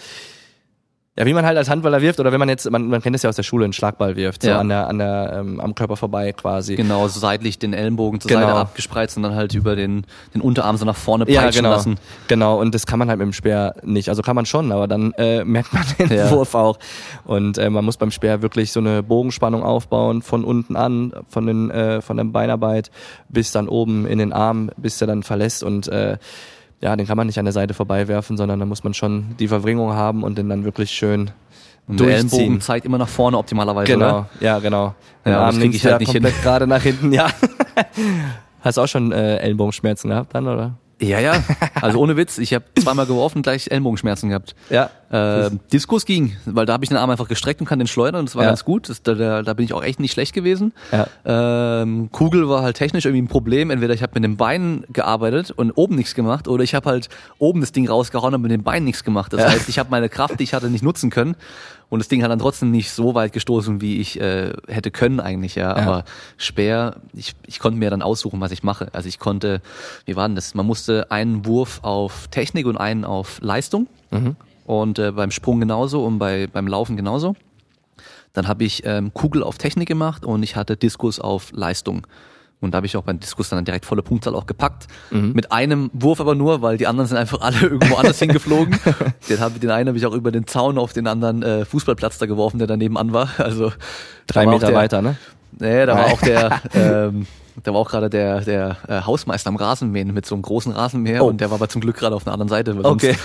ja, wie man halt als Handballer wirft oder wenn man jetzt, man, man kennt es ja aus der Schule, einen Schlagball wirft, so Ja. an der, an der, ähm, am Körper vorbei quasi. Genau, so seitlich den Ellenbogen zur Genau. Seite abgespreizt und dann halt über den, den Unterarm so nach vorne Ja, peitschen genau. lassen. Genau, und das kann man halt mit dem Speer nicht. Also kann man schon, aber dann äh, merkt man den Ja. Wurf auch. Und äh, man muss beim Speer wirklich so eine Bogenspannung aufbauen, von unten an, von den äh, von der Beinarbeit bis dann oben in den Arm, bis der dann verlässt. Und äh, ja, den kann man nicht an der Seite vorbeiwerfen, sondern da muss man schon die Verbringung haben und den dann wirklich schön Und der durchziehen. Ellenbogen zeigt immer nach vorne optimalerweise, Genau, oder? ja, genau. Den Ja, aber das krieg nimmst ich du halt ja nicht komplett hin. gerade nach hinten, ja. Hast du auch schon äh, Ellenbogenschmerzen gehabt dann, oder? Ja, ja. Also ohne Witz, ich habe zweimal geworfen, gleich Ellenbogenschmerzen gehabt. Ja. Äh, Diskus ging, weil da habe ich den Arm einfach gestreckt und kann den schleudern und das war Ja. ganz gut. Das, da, da, da bin ich auch echt nicht schlecht gewesen. Ja. Ähm, Kugel war halt technisch irgendwie ein Problem. Entweder ich habe mit den Beinen gearbeitet und oben nichts gemacht oder ich habe halt oben das Ding rausgehauen und mit den Beinen nichts gemacht. Das Ja. heißt, ich habe meine Kraft, die ich hatte, nicht nutzen können. Und das Ding hat dann trotzdem nicht so weit gestoßen, wie ich äh, hätte können eigentlich, ja. Ja. Aber Speer, ich, ich konnte mir dann aussuchen, was ich mache. Also ich konnte, wie war denn das? Man musste einen Wurf auf Technik und einen auf Leistung. Mhm. Und äh, beim Sprung genauso und bei beim Laufen genauso. Dann habe ich ähm, Kugel auf Technik gemacht und ich hatte Diskus auf Leistung. Und da habe ich auch beim Diskus dann direkt volle Punktzahl auch gepackt. Mhm. Mit einem Wurf aber nur, weil die anderen sind einfach alle irgendwo anders hingeflogen. Den, hab, den einen habe ich auch über den Zaun auf den anderen äh, Fußballplatz da geworfen, der daneben an war. Also Drei da war auch Meter der, weiter, ne? Nee, da war auch der, ähm, da war auch gerade der, der äh, Hausmeister am Rasenmähen mit so einem großen Rasenmäher Oh. und der war aber zum Glück gerade auf einer anderen Seite. Weil Okay.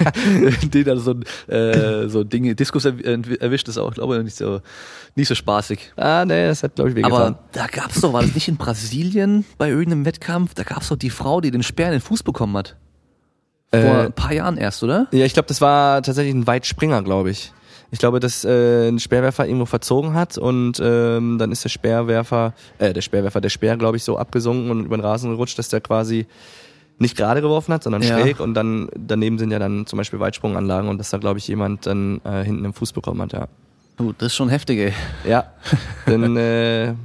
sonst den da so ein äh, so ein Ding, Diskus erw- erwischt, ist auch, glaube ich, nicht so nicht so spaßig. Ah, nee, das hat, glaube ich, wehgetan. Aber da gab's doch, war das nicht in Brasilien bei irgendeinem Wettkampf? Da gab's doch die Frau, die den Speer in den Fuß bekommen hat. Vor Äh, ein paar Jahren erst, oder? Ja, ich glaube, das war tatsächlich ein Weitspringer, glaube ich. Ich glaube, dass äh, ein Speerwerfer irgendwo verzogen hat und ähm, dann ist der Speerwerfer, äh, der Speerwerfer, der Speer, glaube ich, so abgesunken und über den Rasen gerutscht, dass der quasi nicht gerade geworfen hat, sondern Ja. schräg und dann daneben sind ja dann zum Beispiel Weitsprunganlagen und dass da, glaube ich, jemand dann äh, hinten im Fuß bekommen hat, ja. Oh, das ist schon heftig, ey. Ja, dann, äh,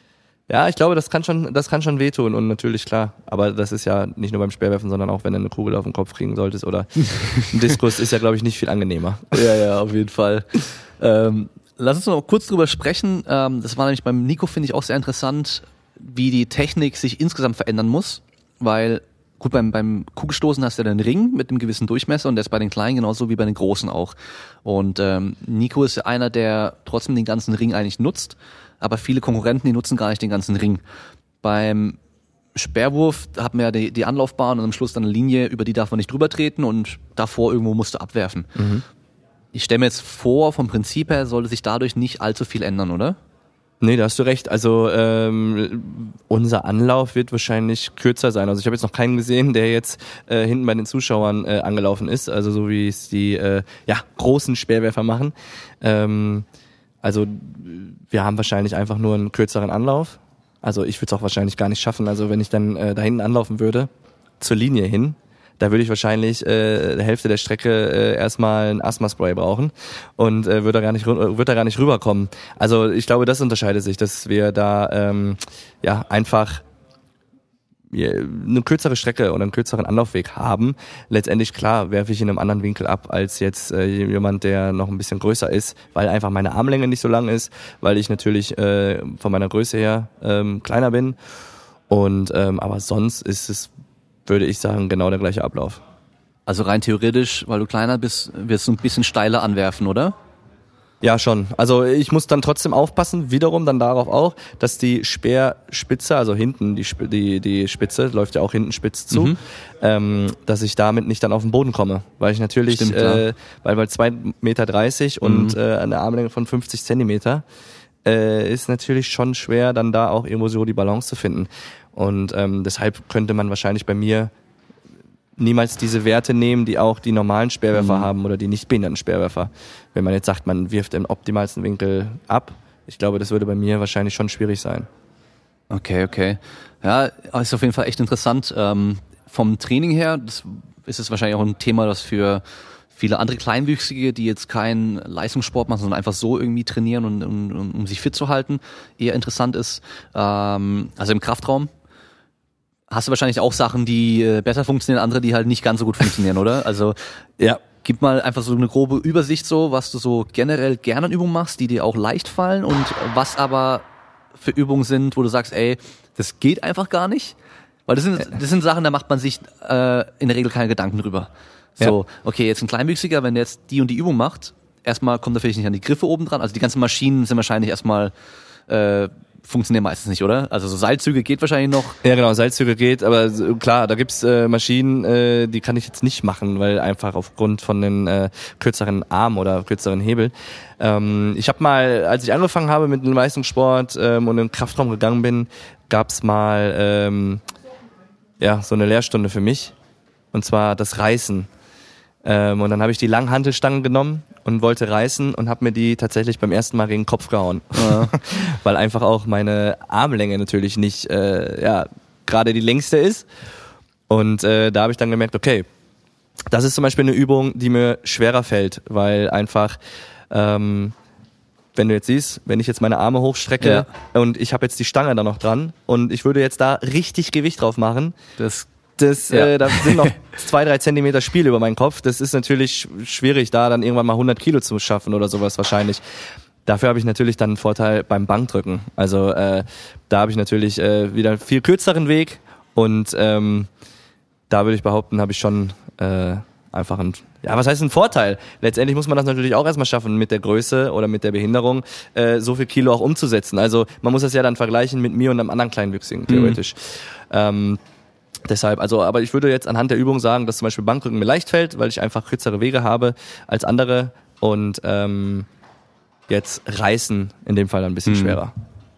ja, ich glaube, das kann schon, das kann schon wehtun und natürlich, klar, aber das ist ja nicht nur beim Speerwerfen, sondern auch, wenn du eine Kugel auf den Kopf kriegen solltest oder ein Diskus, ist ja, glaube ich, nicht viel angenehmer. Ja, ja, auf jeden Fall. Ähm, lass uns noch kurz drüber sprechen. Ähm, das war nämlich beim Nico, finde ich, auch sehr interessant, wie die Technik sich insgesamt verändern muss, weil gut, beim, beim Kugelstoßen hast du ja den Ring mit einem gewissen Durchmesser und der ist bei den Kleinen genauso wie bei den Großen auch. Und ähm, Nico ist ja einer, der trotzdem den ganzen Ring eigentlich nutzt, aber viele Konkurrenten, die nutzen gar nicht den ganzen Ring. Beim Speerwurf hat man ja die, die Anlaufbahn und am Schluss dann eine Linie, über die darf man nicht drüber treten und davor irgendwo musst du abwerfen. Mhm. Ich stelle mir jetzt vor, vom Prinzip her sollte sich dadurch nicht allzu viel ändern, oder? Nee, da hast du recht. Also ähm, unser Anlauf wird wahrscheinlich kürzer sein. Also ich habe jetzt noch keinen gesehen, der jetzt äh, hinten bei den Zuschauern äh, angelaufen ist. Also so wie es die äh, ja, großen Speerwerfer machen. Ähm, also wir haben wahrscheinlich einfach nur einen kürzeren Anlauf. Also ich würde es auch wahrscheinlich gar nicht schaffen. Also wenn ich dann äh, da hinten anlaufen würde, zur Linie hin, da würde ich wahrscheinlich äh, die Hälfte der Strecke äh, erstmal ein Asthma-Spray brauchen und äh, würde da gar nicht würde da gar nicht rüberkommen. Also ich glaube, das unterscheidet sich, dass wir da ähm, ja einfach eine kürzere Strecke oder einen kürzeren Anlaufweg haben. Letztendlich, klar, werfe ich in einem anderen Winkel ab als jetzt äh, jemand, der noch ein bisschen größer ist, weil einfach meine Armlänge nicht so lang ist, weil ich natürlich äh, von meiner Größe her ähm, kleiner bin. Und ähm, aber sonst ist es, würde ich sagen, genau der gleiche Ablauf. Also rein theoretisch, weil du kleiner bist, wirst du ein bisschen steiler anwerfen, oder? Ja, schon. Also ich muss dann trotzdem aufpassen, wiederum dann darauf auch, dass die Speerspitze, also hinten die die die Spitze, läuft ja auch hinten spitz zu, mhm. ähm, dass ich damit nicht dann auf den Boden komme. Weil ich natürlich, Stimmt, äh, weil weil zwei Meter dreißig und mhm. äh, eine Armlänge von fünfzig Zentimeter äh, ist natürlich schon schwer, dann da auch irgendwo so die Balance zu finden. Und ähm, deshalb könnte man wahrscheinlich bei mir niemals diese Werte nehmen, die auch die normalen Speerwerfer mhm. haben oder die nicht behinderten Speerwerfer. Wenn man jetzt sagt, man wirft im optimalsten Winkel ab, ich glaube, das würde bei mir wahrscheinlich schon schwierig sein. Okay, okay. Ja, ist auf jeden Fall echt interessant. Ähm, vom Training her, das ist es wahrscheinlich auch ein Thema, das für viele andere Kleinwüchsige, die jetzt keinen Leistungssport machen, sondern einfach so irgendwie trainieren und, und, und um sich fit zu halten, eher interessant ist. Ähm, also im Kraftraum hast du wahrscheinlich auch Sachen, die äh, besser funktionieren, andere, die halt nicht ganz so gut funktionieren, oder? Also ja, gib mal einfach so eine grobe Übersicht so, was du so generell gerne an Übungen machst, die dir auch leicht fallen und was aber für Übungen sind, wo du sagst, ey, das geht einfach gar nicht. Weil das sind, das sind Sachen, da macht man sich äh, in der Regel keine Gedanken drüber. So, ja. Okay, jetzt ein Kleinwüchsiger, wenn der jetzt die und die Übung macht, erstmal kommt er vielleicht nicht an die Griffe oben dran, also die ganzen Maschinen sind wahrscheinlich erstmal äh, funktionieren meistens nicht, oder? Also so Seilzüge geht wahrscheinlich noch. Ja, genau, Seilzüge geht, aber klar, da gibt's äh, Maschinen, äh, die kann ich jetzt nicht machen, weil einfach aufgrund von den äh, kürzeren Armen oder kürzeren Hebel. Ähm, ich habe mal, als ich angefangen habe mit dem Leistungssport ähm, und in den Kraftraum gegangen bin, gab's mal ähm, ja so eine Lehrstunde für mich, und zwar das Reißen. Ähm, und dann habe ich die Langhantelstangen genommen und wollte reißen und habe mir die tatsächlich beim ersten Mal gegen den Kopf gehauen. Ja. Weil einfach auch meine Armlänge natürlich nicht äh, ja gerade die längste ist. Und äh, da habe ich dann gemerkt, okay, das ist zum Beispiel eine Übung, die mir schwerer fällt, weil einfach, ähm, wenn du jetzt siehst, wenn ich jetzt meine Arme hochstrecke ja. und ich habe jetzt die Stange da noch dran und ich würde jetzt da richtig Gewicht drauf machen, das Das, ja. äh, da sind noch zwei, drei Zentimeter Spiel über meinen Kopf. Das ist natürlich schwierig, da dann irgendwann mal hundert Kilo zu schaffen oder sowas wahrscheinlich. Dafür habe ich natürlich dann einen Vorteil beim Bankdrücken. Also äh, da habe ich natürlich äh, wieder einen viel kürzeren Weg und ähm, da würde ich behaupten, habe ich schon äh, einfach einen, ja, was heißt ein Vorteil? Letztendlich muss man das natürlich auch erstmal schaffen, mit der Größe oder mit der Behinderung äh, so viel Kilo auch umzusetzen. Also man muss das ja dann vergleichen mit mir und einem anderen Kleinwüchsigen, theoretisch. Mhm. Ähm, Deshalb, also, aber ich würde jetzt anhand der Übung sagen, dass zum Beispiel Bankdrücken mir leicht fällt, weil ich einfach kürzere Wege habe als andere und ähm, jetzt Reißen in dem Fall dann ein bisschen mhm. schwerer.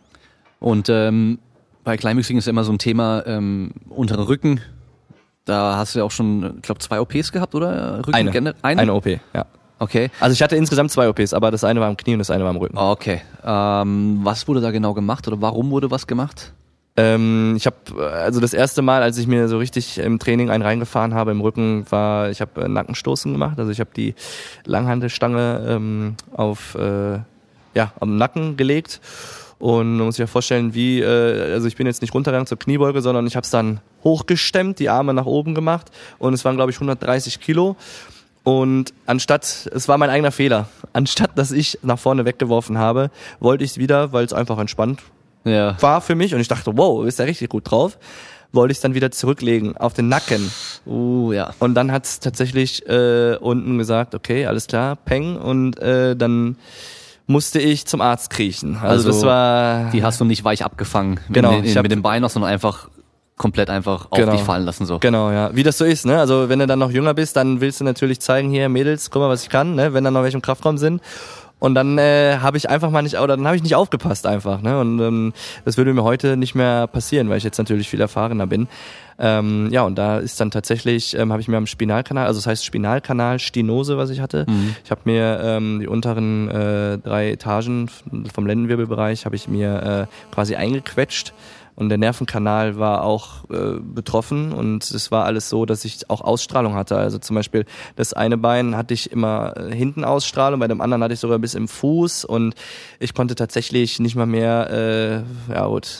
Und ähm, bei Kleinwüchsigen ist ja immer so ein Thema ähm, unterer Rücken. Da hast du ja auch schon, ich glaube, zwei O Ps gehabt, oder? Rücken eine, eine, eine O P, ja. Okay. Also ich hatte insgesamt zwei O Ps, aber das eine war am Knie und das eine war am Rücken. Okay. Ähm, was wurde da genau gemacht oder warum wurde was gemacht? Ähm, ich habe also das erste Mal, als ich mir so richtig im Training einen reingefahren habe im Rücken, war, ich habe Nackenstoßen gemacht. Also ich habe die Langhantelstange ähm, auf äh, ja am Nacken gelegt und man muss sich ja vorstellen, wie äh, also ich bin jetzt nicht runtergegangen zur Kniebeuge, sondern ich habe es dann hochgestemmt, die Arme nach oben gemacht und es waren glaube ich hundertdreißig Kilo. Und anstatt, es war mein eigener Fehler, anstatt dass ich nach vorne weggeworfen habe, wollte ich es wieder, weil es einfach entspannt ja. war für mich und ich dachte, wow, ist ja richtig gut drauf, wollte ich es dann wieder zurücklegen auf den Nacken. Uh, ja. Und dann hat es tatsächlich äh, unten gesagt, okay, alles klar, peng, und äh, dann musste ich zum Arzt kriechen. Also, also das war... Die hast du nicht weich abgefangen mit, genau, den, ich hab, mit dem Bein noch, sondern einfach komplett einfach auf genau, dich fallen lassen. So. Genau, ja. Wie das so ist, ne? Also wenn du dann noch jünger bist, dann willst du natürlich zeigen, hier Mädels, guck mal, was ich kann, ne? Wenn dann noch welche im Kraftraum sind. Und dann äh, habe ich einfach mal nicht, oder dann habe ich nicht aufgepasst einfach, ne? Und ähm, das würde mir heute nicht mehr passieren, weil ich jetzt natürlich viel erfahrener bin. Ähm, ja, und da ist dann tatsächlich, ähm, habe ich mir am Spinalkanal, also das heißt Spinalkanal-Stenose, was ich hatte. Mhm. Ich habe mir ähm, die unteren äh, drei Etagen vom Lendenwirbelbereich habe ich mir äh, quasi eingequetscht. und der Nervenkanal war auch äh, betroffen und es war alles so, dass ich auch Ausstrahlung hatte. Also zum Beispiel das eine Bein hatte ich immer äh, hinten Ausstrahlung, bei dem anderen hatte ich sogar bis im Fuß und ich konnte tatsächlich nicht mal mehr äh, ja gut,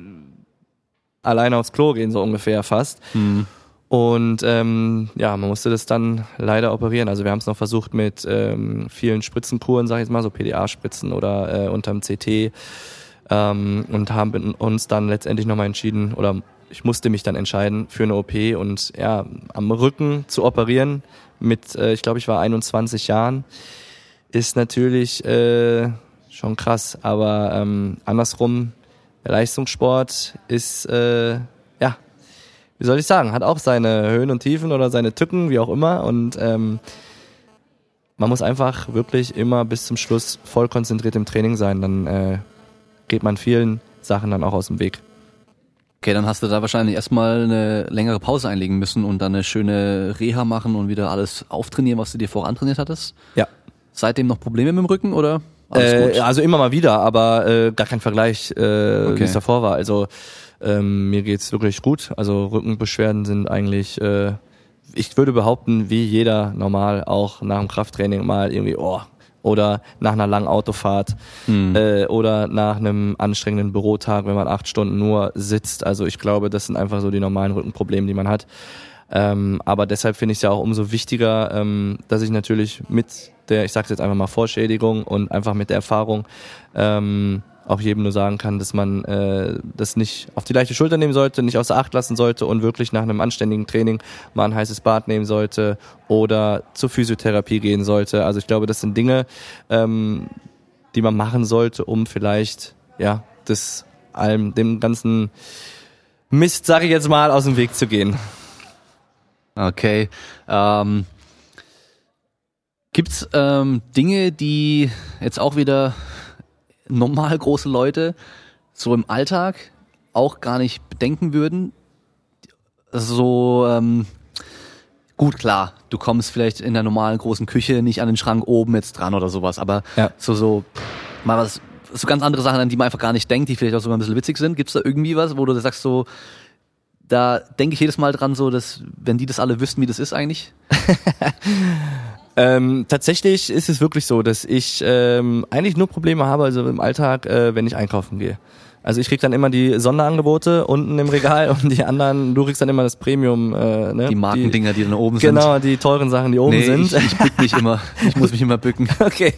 alleine aufs Klo gehen, so ungefähr fast. Mhm. Und ähm, ja, man musste das dann leider operieren. Also wir haben es noch versucht mit ähm, vielen Spritzenkuren, sag ich jetzt mal, so P D A-Spritzen oder äh, unterm C T ähm, und haben uns dann letztendlich nochmal entschieden, oder ich musste mich dann entscheiden für eine O P und ja, am Rücken zu operieren mit, äh, ich glaube, ich war einundzwanzig Jahren, ist natürlich äh, schon krass, aber ähm, andersrum, der Leistungssport ist, äh, ja, wie soll ich sagen, hat auch seine Höhen und Tiefen oder seine Tücken, wie auch immer. Und ähm, man muss einfach wirklich immer bis zum Schluss voll konzentriert im Training sein. Dann äh, geht man vielen Sachen dann auch aus dem Weg. Okay, dann hast du da wahrscheinlich erstmal eine längere Pause einlegen müssen und dann eine schöne Reha machen und wieder alles auftrainieren, was du dir vorher antrainiert hattest. Ja. Seitdem noch Probleme mit dem Rücken oder alles Äh, gut? also immer mal wieder, aber äh, gar kein Vergleich, äh, Okay. wie es davor war. Also ähm, mir geht's wirklich gut. Also Rückenbeschwerden sind eigentlich, äh, ich würde behaupten, wie jeder normal auch nach dem Krafttraining mal irgendwie, oh, oder nach einer langen Autofahrt Hm. äh, oder nach einem anstrengenden Bürotag, wenn man acht Stunden nur sitzt. Also ich glaube, das sind einfach so die normalen Rückenprobleme, die man hat. Ähm, aber deshalb finde ich es ja auch umso wichtiger, ähm, dass ich natürlich mit der, ich sag's jetzt einfach mal, Vorschädigung und einfach mit der Erfahrung ähm, auch jedem nur sagen kann, dass man äh, das nicht auf die leichte Schulter nehmen sollte, nicht außer Acht lassen sollte und wirklich nach einem anständigen Training mal ein heißes Bad nehmen sollte oder zur Physiotherapie gehen sollte. Also ich glaube, das sind Dinge, ähm, die man machen sollte, um vielleicht ja das allem dem ganzen Mist, sage ich jetzt mal, aus dem Weg zu gehen. Okay. Ähm, gibt's ähm, Dinge, die jetzt auch wieder normal große Leute so im Alltag auch gar nicht bedenken würden? So, ähm, gut, klar, du kommst vielleicht in der normalen großen Küche nicht an den Schrank oben jetzt dran oder sowas, aber Ja. so, so, mal was, so ganz andere Sachen, an die man einfach gar nicht denkt, die vielleicht auch sogar ein bisschen witzig sind. Gibt's da irgendwie was, wo du sagst so, da denke ich jedes Mal dran so, dass, wenn die das alle wüssten, wie das ist eigentlich? Ähm, tatsächlich ist es wirklich so, dass ich ähm, eigentlich nur Probleme habe, also im Alltag, äh, wenn ich einkaufen gehe. Also ich krieg dann immer die Sonderangebote unten im Regal und die anderen, du kriegst dann immer das Premium, äh, ne? Die Markendinger, die, die dann oben sind. Genau, die teuren Sachen, die oben Nee, sind. ich, ich bück mich immer. Ich muss mich immer bücken. Okay.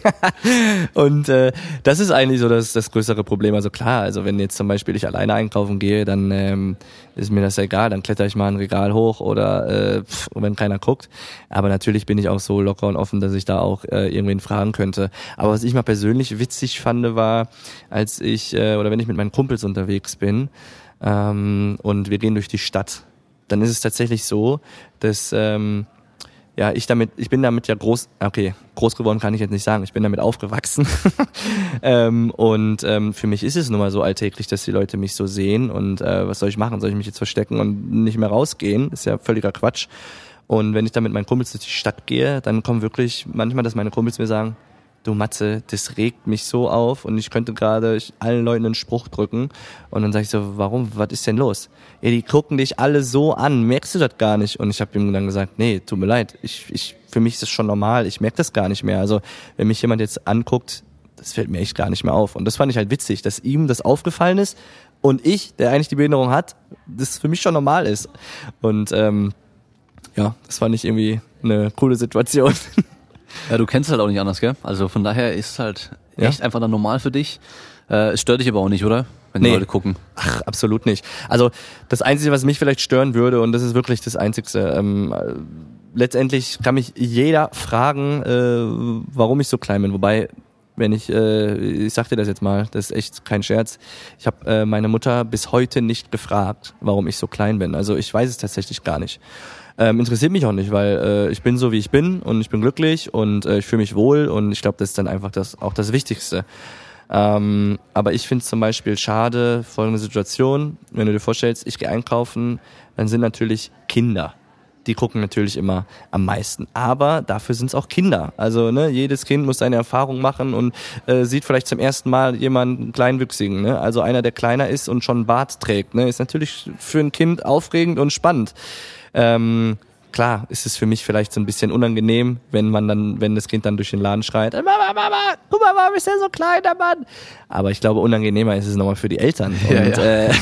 Und äh, das ist eigentlich so das, das größere Problem. Also klar, also wenn jetzt zum Beispiel ich alleine einkaufen gehe, dann ähm, ist mir das egal, dann kletter ich mal ein Regal hoch oder äh, pff, wenn keiner guckt. Aber natürlich bin ich auch so locker und offen, dass ich da auch äh, irgendwen fragen könnte. Aber was ich mal persönlich witzig fand, war, als ich, äh, oder wenn ich mit meinen Kumpels unterwegs bin ähm, und wir gehen durch die Stadt, dann ist es tatsächlich so, dass ähm, ja, ich damit, ich bin damit ja groß, okay, groß geworden kann ich jetzt nicht sagen, ich bin damit aufgewachsen. ähm, und ähm, für mich ist es nun mal so alltäglich, dass die Leute mich so sehen und äh, was soll ich machen? Soll ich mich jetzt verstecken und nicht mehr rausgehen? Ist ja völliger Quatsch. Und wenn ich dann mit meinen Kumpels durch die Stadt gehe, dann kommen wirklich manchmal, dass meine Kumpels mir sagen, du Matze, das regt mich so auf und ich könnte gerade allen Leuten einen Spruch drücken. Und dann sage ich so, warum, was ist denn los? Ja, die gucken dich alle so an, merkst du das gar nicht? Und ich habe ihm dann gesagt, nee, tut mir leid, ich, ich, für mich ist das schon normal, ich merke das gar nicht mehr. Also wenn mich jemand jetzt anguckt, das fällt mir echt gar nicht mehr auf. Und das fand ich halt witzig, dass ihm das aufgefallen ist und ich, der eigentlich die Behinderung hat, das für mich schon normal ist. Und ähm, ja, das fand ich irgendwie eine coole Situation. Ja, du kennst es halt auch nicht anders, gell? Also von daher ist es halt Ja. echt einfach dann normal für dich. Äh, es stört dich aber auch nicht, oder? Wenn die Nee. Leute gucken. Ach, absolut nicht. Also das Einzige, was mich vielleicht stören würde, und das ist wirklich das Einzigste, ähm, äh, letztendlich kann mich jeder fragen, äh, warum ich so klein bin. Wobei, wenn ich, äh, ich sag dir das jetzt mal, das ist echt kein Scherz, ich habe äh, meine Mutter bis heute nicht gefragt, warum ich so klein bin. Also ich weiß es tatsächlich gar nicht. Ähm, interessiert mich auch nicht, weil äh, ich bin so, wie ich bin und ich bin glücklich und äh, ich fühle mich wohl und ich glaube, das ist dann einfach das auch das Wichtigste. Ähm, aber ich finde es zum Beispiel schade, folgende Situation, wenn du dir vorstellst, ich gehe einkaufen, dann sind natürlich Kinder die gucken natürlich immer am meisten. Aber dafür sind es auch Kinder. Also ne, jedes Kind muss seine Erfahrung machen und äh, sieht vielleicht zum ersten Mal jemanden Kleinwüchsigen. Ne? Also einer, der kleiner ist und schon Bart trägt. Ne? Ist natürlich für ein Kind aufregend und spannend. Ähm, klar ist es für mich vielleicht so ein bisschen unangenehm, wenn man dann, wenn das Kind dann durch den Laden schreit, Mama, Mama, guck mal, warum ist der so klein, der Mann? Aber ich glaube, unangenehmer ist es nochmal für die Eltern. Und, ja, ja. Äh,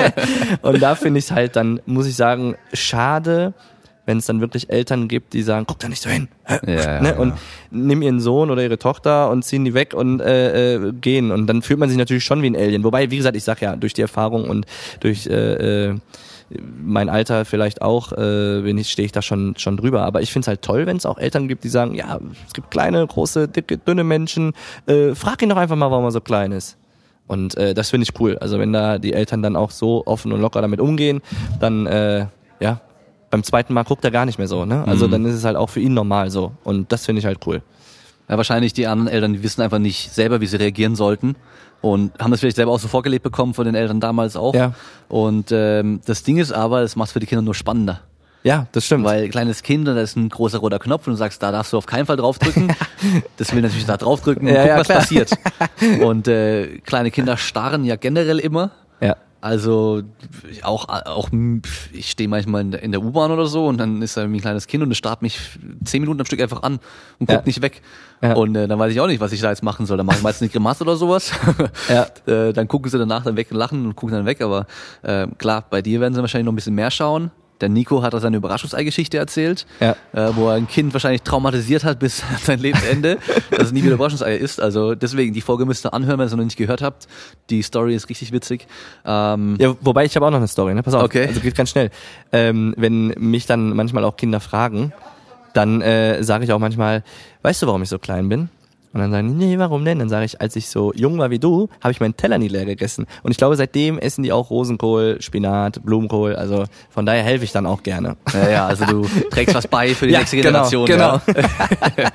und da finde ich es halt dann, muss ich sagen, schade, wenn es dann wirklich Eltern gibt, die sagen, guck da nicht so hin. Ja, ja, ne? ja. Und nimm ihren Sohn oder ihre Tochter und ziehen die weg und äh, äh, gehen. Und dann fühlt man sich natürlich schon wie ein Alien. Wobei, wie gesagt, ich sag ja, durch die Erfahrung und durch äh, äh, mein Alter vielleicht auch, äh, bin ich, stehe ich da schon schon drüber. Aber ich find's halt toll, wenn es auch Eltern gibt, die sagen, ja, es gibt kleine, große, dicke, dünne Menschen. Äh, frag ihn doch einfach mal, warum er so klein ist. Und äh, das finde ich cool. Also wenn da die Eltern dann auch so offen und locker damit umgehen, dann äh, ja, beim zweiten Mal guckt er gar nicht mehr so, ne? Also mhm. dann ist es halt auch für ihn normal so. Und das finde ich halt cool. Ja, wahrscheinlich die anderen Eltern, die wissen einfach nicht selber, wie sie reagieren sollten und haben das vielleicht selber auch so vorgelebt bekommen von den Eltern damals auch. Ja. Und ähm, das Ding ist aber, das macht es für die Kinder nur spannender. Ja, das stimmt. Weil kleines Kind, da ist ein großer roter Knopf und du sagst, da darfst du auf keinen Fall draufdrücken. Das will natürlich da draufdrücken und ja, gucken, ja, was klar. passiert. Und äh, kleine Kinder starren ja generell immer. Ja. Also auch, auch ich stehe manchmal in der, in der U-Bahn oder so und dann ist da ein kleines Kind und es starrt mich zehn Minuten am Stück einfach an und guckt ja. nicht weg. Ja. Und äh, dann weiß ich auch nicht, was ich da jetzt machen soll. Dann mache ich meistens eine Grimasse oder sowas. Ja. äh, dann gucken sie danach dann weg und lachen und gucken dann weg. Aber äh, klar, bei dir werden sie wahrscheinlich noch ein bisschen mehr schauen. Der Nico hat da seine Überraschungsei-Geschichte erzählt, ja. äh, wo er ein Kind wahrscheinlich traumatisiert hat bis sein Lebensende, dass es nie wieder Überraschungsei ist. Also deswegen, die Folge müsst ihr anhören, wenn ihr es noch nicht gehört habt. Die Story ist richtig witzig. Ähm, ja, wobei ich habe auch noch eine Story, ne? Pass auf, okay. Also geht ganz schnell. Ähm, wenn mich dann manchmal auch Kinder fragen, dann äh, sage ich auch manchmal, weißt du, warum ich so klein bin? Und dann sagen die, nee, warum denn? Dann sage ich, als ich so jung war wie du, habe ich meinen Teller nie leer gegessen. Und ich glaube, seitdem essen die auch Rosenkohl, Spinat, Blumenkohl. Also von daher helfe ich dann auch gerne. Ja, ja, also du trägst was bei für die ja, nächste genau, Generation. Genau. Ja.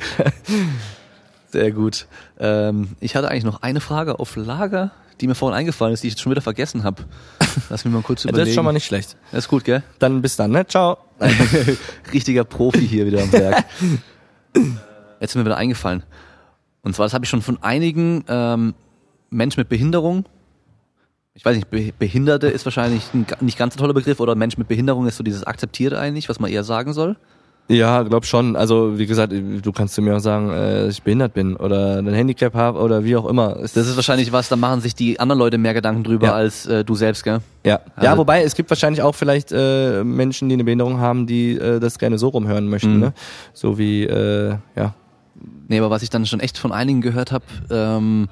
Sehr gut. Ähm, ich hatte eigentlich noch eine Frage auf Lager, die mir vorhin eingefallen ist, die ich jetzt schon wieder vergessen habe. Lass mich mal kurz überlegen. Das ist schon mal nicht schlecht. Das ist gut, gell? Dann bis dann, ne? Ciao. Richtiger Profi hier wieder am Werk. Jetzt ist mir wieder eingefallen. Und zwar, das habe ich schon von einigen ähm, Menschen mit Behinderung, ich weiß nicht, Be- Behinderte ist wahrscheinlich ein nicht ganz so toller Begriff, oder Mensch mit Behinderung ist so dieses Akzeptierte eigentlich, was man eher sagen soll. Ja, glaub schon. Also wie gesagt, du kannst zu mir auch sagen, äh, dass ich behindert bin oder ein Handicap habe oder wie auch immer. Das ist wahrscheinlich was, da machen sich die anderen Leute mehr Gedanken drüber ja. als äh, du selbst, gell? Ja. Also, ja, wobei es gibt wahrscheinlich auch vielleicht äh, Menschen, die eine Behinderung haben, die äh, das gerne so rumhören möchten, mhm. ne? So wie, äh, ja. Nee, aber was ich dann schon echt von einigen gehört habe, ähm,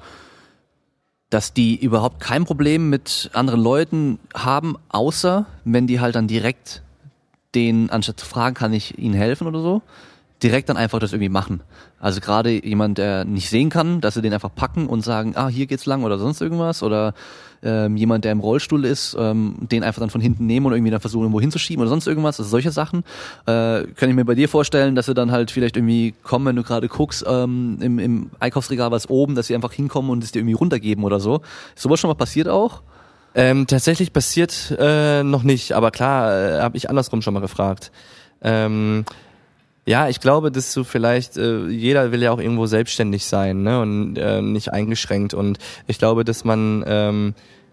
dass die überhaupt kein Problem mit anderen Leuten haben, außer wenn die halt dann direkt den, anstatt zu fragen, kann ich ihnen helfen oder so, direkt dann einfach das irgendwie machen. Also gerade jemand, der nicht sehen kann, dass sie den einfach packen und sagen, ah, hier geht's lang oder sonst irgendwas, oder ähm, jemand, der im Rollstuhl ist, ähm, den einfach dann von hinten nehmen und irgendwie dann versuchen, irgendwo hinzuschieben oder sonst irgendwas, also solche Sachen. Äh, kann ich mir bei dir vorstellen, dass sie dann halt vielleicht irgendwie kommen, wenn du gerade guckst, ähm, im, im Einkaufsregal was oben, dass sie einfach hinkommen und es dir irgendwie runtergeben oder so. Ist sowas schon mal passiert auch? Ähm, tatsächlich passiert äh, noch nicht, aber klar, äh, habe ich andersrum schon mal gefragt. Ähm, ja, ich glaube, dass du vielleicht, äh, jeder will ja auch irgendwo selbstständig sein, ne, und äh, nicht eingeschränkt. Und ich glaube, dass man ähm,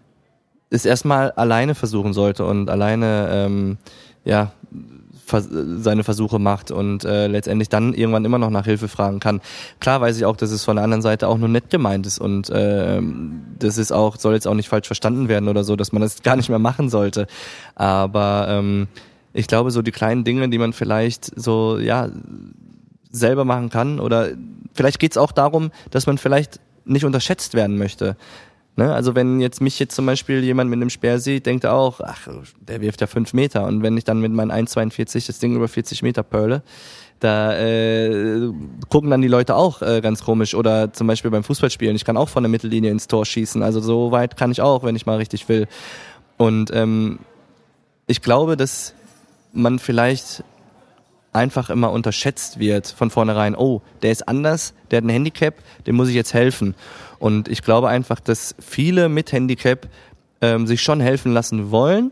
es erstmal alleine versuchen sollte und alleine ähm, ja vers- seine Versuche macht und äh, letztendlich dann irgendwann immer noch nach Hilfe fragen kann. Klar weiß ich auch, dass es von der anderen Seite auch nur nett gemeint ist und äh, das ist auch, soll jetzt auch nicht falsch verstanden werden oder so, dass man das gar nicht mehr machen sollte. Aber ähm, ich glaube, so die kleinen Dinge, die man vielleicht so, ja, selber machen kann, oder vielleicht geht's auch darum, dass man vielleicht nicht unterschätzt werden möchte. Ne? Also wenn jetzt mich jetzt zum Beispiel jemand mit einem Speer sieht, denkt er auch, ach, der wirft ja fünf Meter. Und wenn ich dann mit meinen eins Komma zweiundvierzig das Ding über vierzig Meter pöle, da äh, gucken dann die Leute auch äh, ganz komisch. Oder zum Beispiel beim Fußballspielen, ich kann auch von der Mittellinie ins Tor schießen. Also so weit kann ich auch, wenn ich mal richtig will. Und ähm, ich glaube, dass man vielleicht einfach immer unterschätzt wird von vornherein. Oh, der ist anders, der hat ein Handicap, dem muss ich jetzt helfen. Und ich glaube einfach, dass viele mit Handicap ähm, sich schon helfen lassen wollen,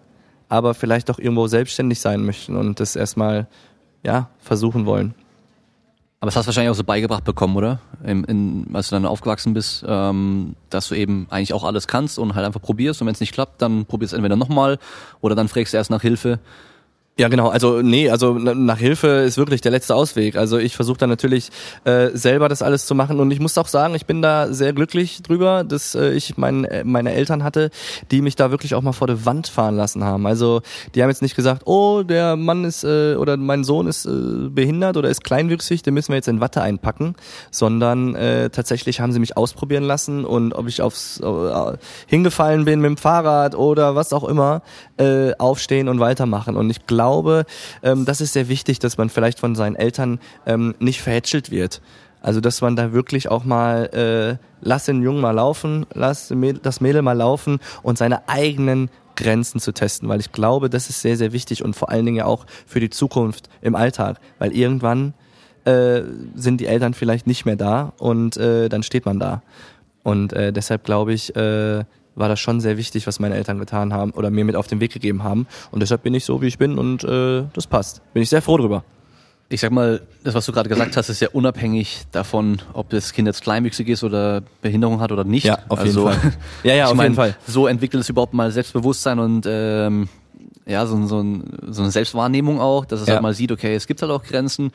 aber vielleicht doch irgendwo selbstständig sein möchten und das erstmal ja, versuchen wollen. Aber das hast du wahrscheinlich auch so beigebracht bekommen, oder? In, in, als du dann aufgewachsen bist, ähm, dass du eben eigentlich auch alles kannst und halt einfach probierst und wenn es nicht klappt, dann probierst du entweder nochmal oder dann fragst du erst nach Hilfe. Ja, genau. Also nee, also nach Hilfe ist wirklich der letzte Ausweg. Also ich versuche dann natürlich äh, selber das alles zu machen und ich muss auch sagen, ich bin da sehr glücklich drüber, dass äh, ich mein, äh, meine Eltern hatte, die mich da wirklich auch mal vor der Wand fahren lassen haben. Also die haben jetzt nicht gesagt, oh, der Mann ist äh, oder mein Sohn ist äh, behindert oder ist kleinwüchsig, den müssen wir jetzt in Watte einpacken, sondern äh, tatsächlich haben sie mich ausprobieren lassen und ob ich aufs äh, hingefallen bin mit dem Fahrrad oder was auch immer, äh, aufstehen und weitermachen. Und ich glaube, Ich glaube, ähm, das ist sehr wichtig, dass man vielleicht von seinen Eltern ähm, nicht verhätschelt wird. Also, dass man da wirklich auch mal, äh, lass den Jungen mal laufen, lass das Mädel mal laufen und seine eigenen Grenzen zu testen, weil ich glaube, das ist sehr, sehr wichtig und vor allen Dingen ja auch für die Zukunft im Alltag, weil irgendwann äh, sind die Eltern vielleicht nicht mehr da und äh, dann steht man da. Und äh, deshalb glaube ich, äh, war das schon sehr wichtig, was meine Eltern getan haben oder mir mit auf den Weg gegeben haben. Und deshalb bin ich so, wie ich bin und äh, das passt. Bin ich sehr froh drüber. Ich sag mal, das, was du gerade gesagt hast, ist ja unabhängig davon, ob das Kind jetzt kleinwüchsig ist oder Behinderung hat oder nicht. Ja, auf also, jeden Fall. Ja, ja, ich auf mein, jeden Fall. So entwickelt es überhaupt mal Selbstbewusstsein und ähm, ja, so, so, ein, so eine Selbstwahrnehmung auch, dass es ja. halt mal sieht, okay, es gibt halt auch Grenzen.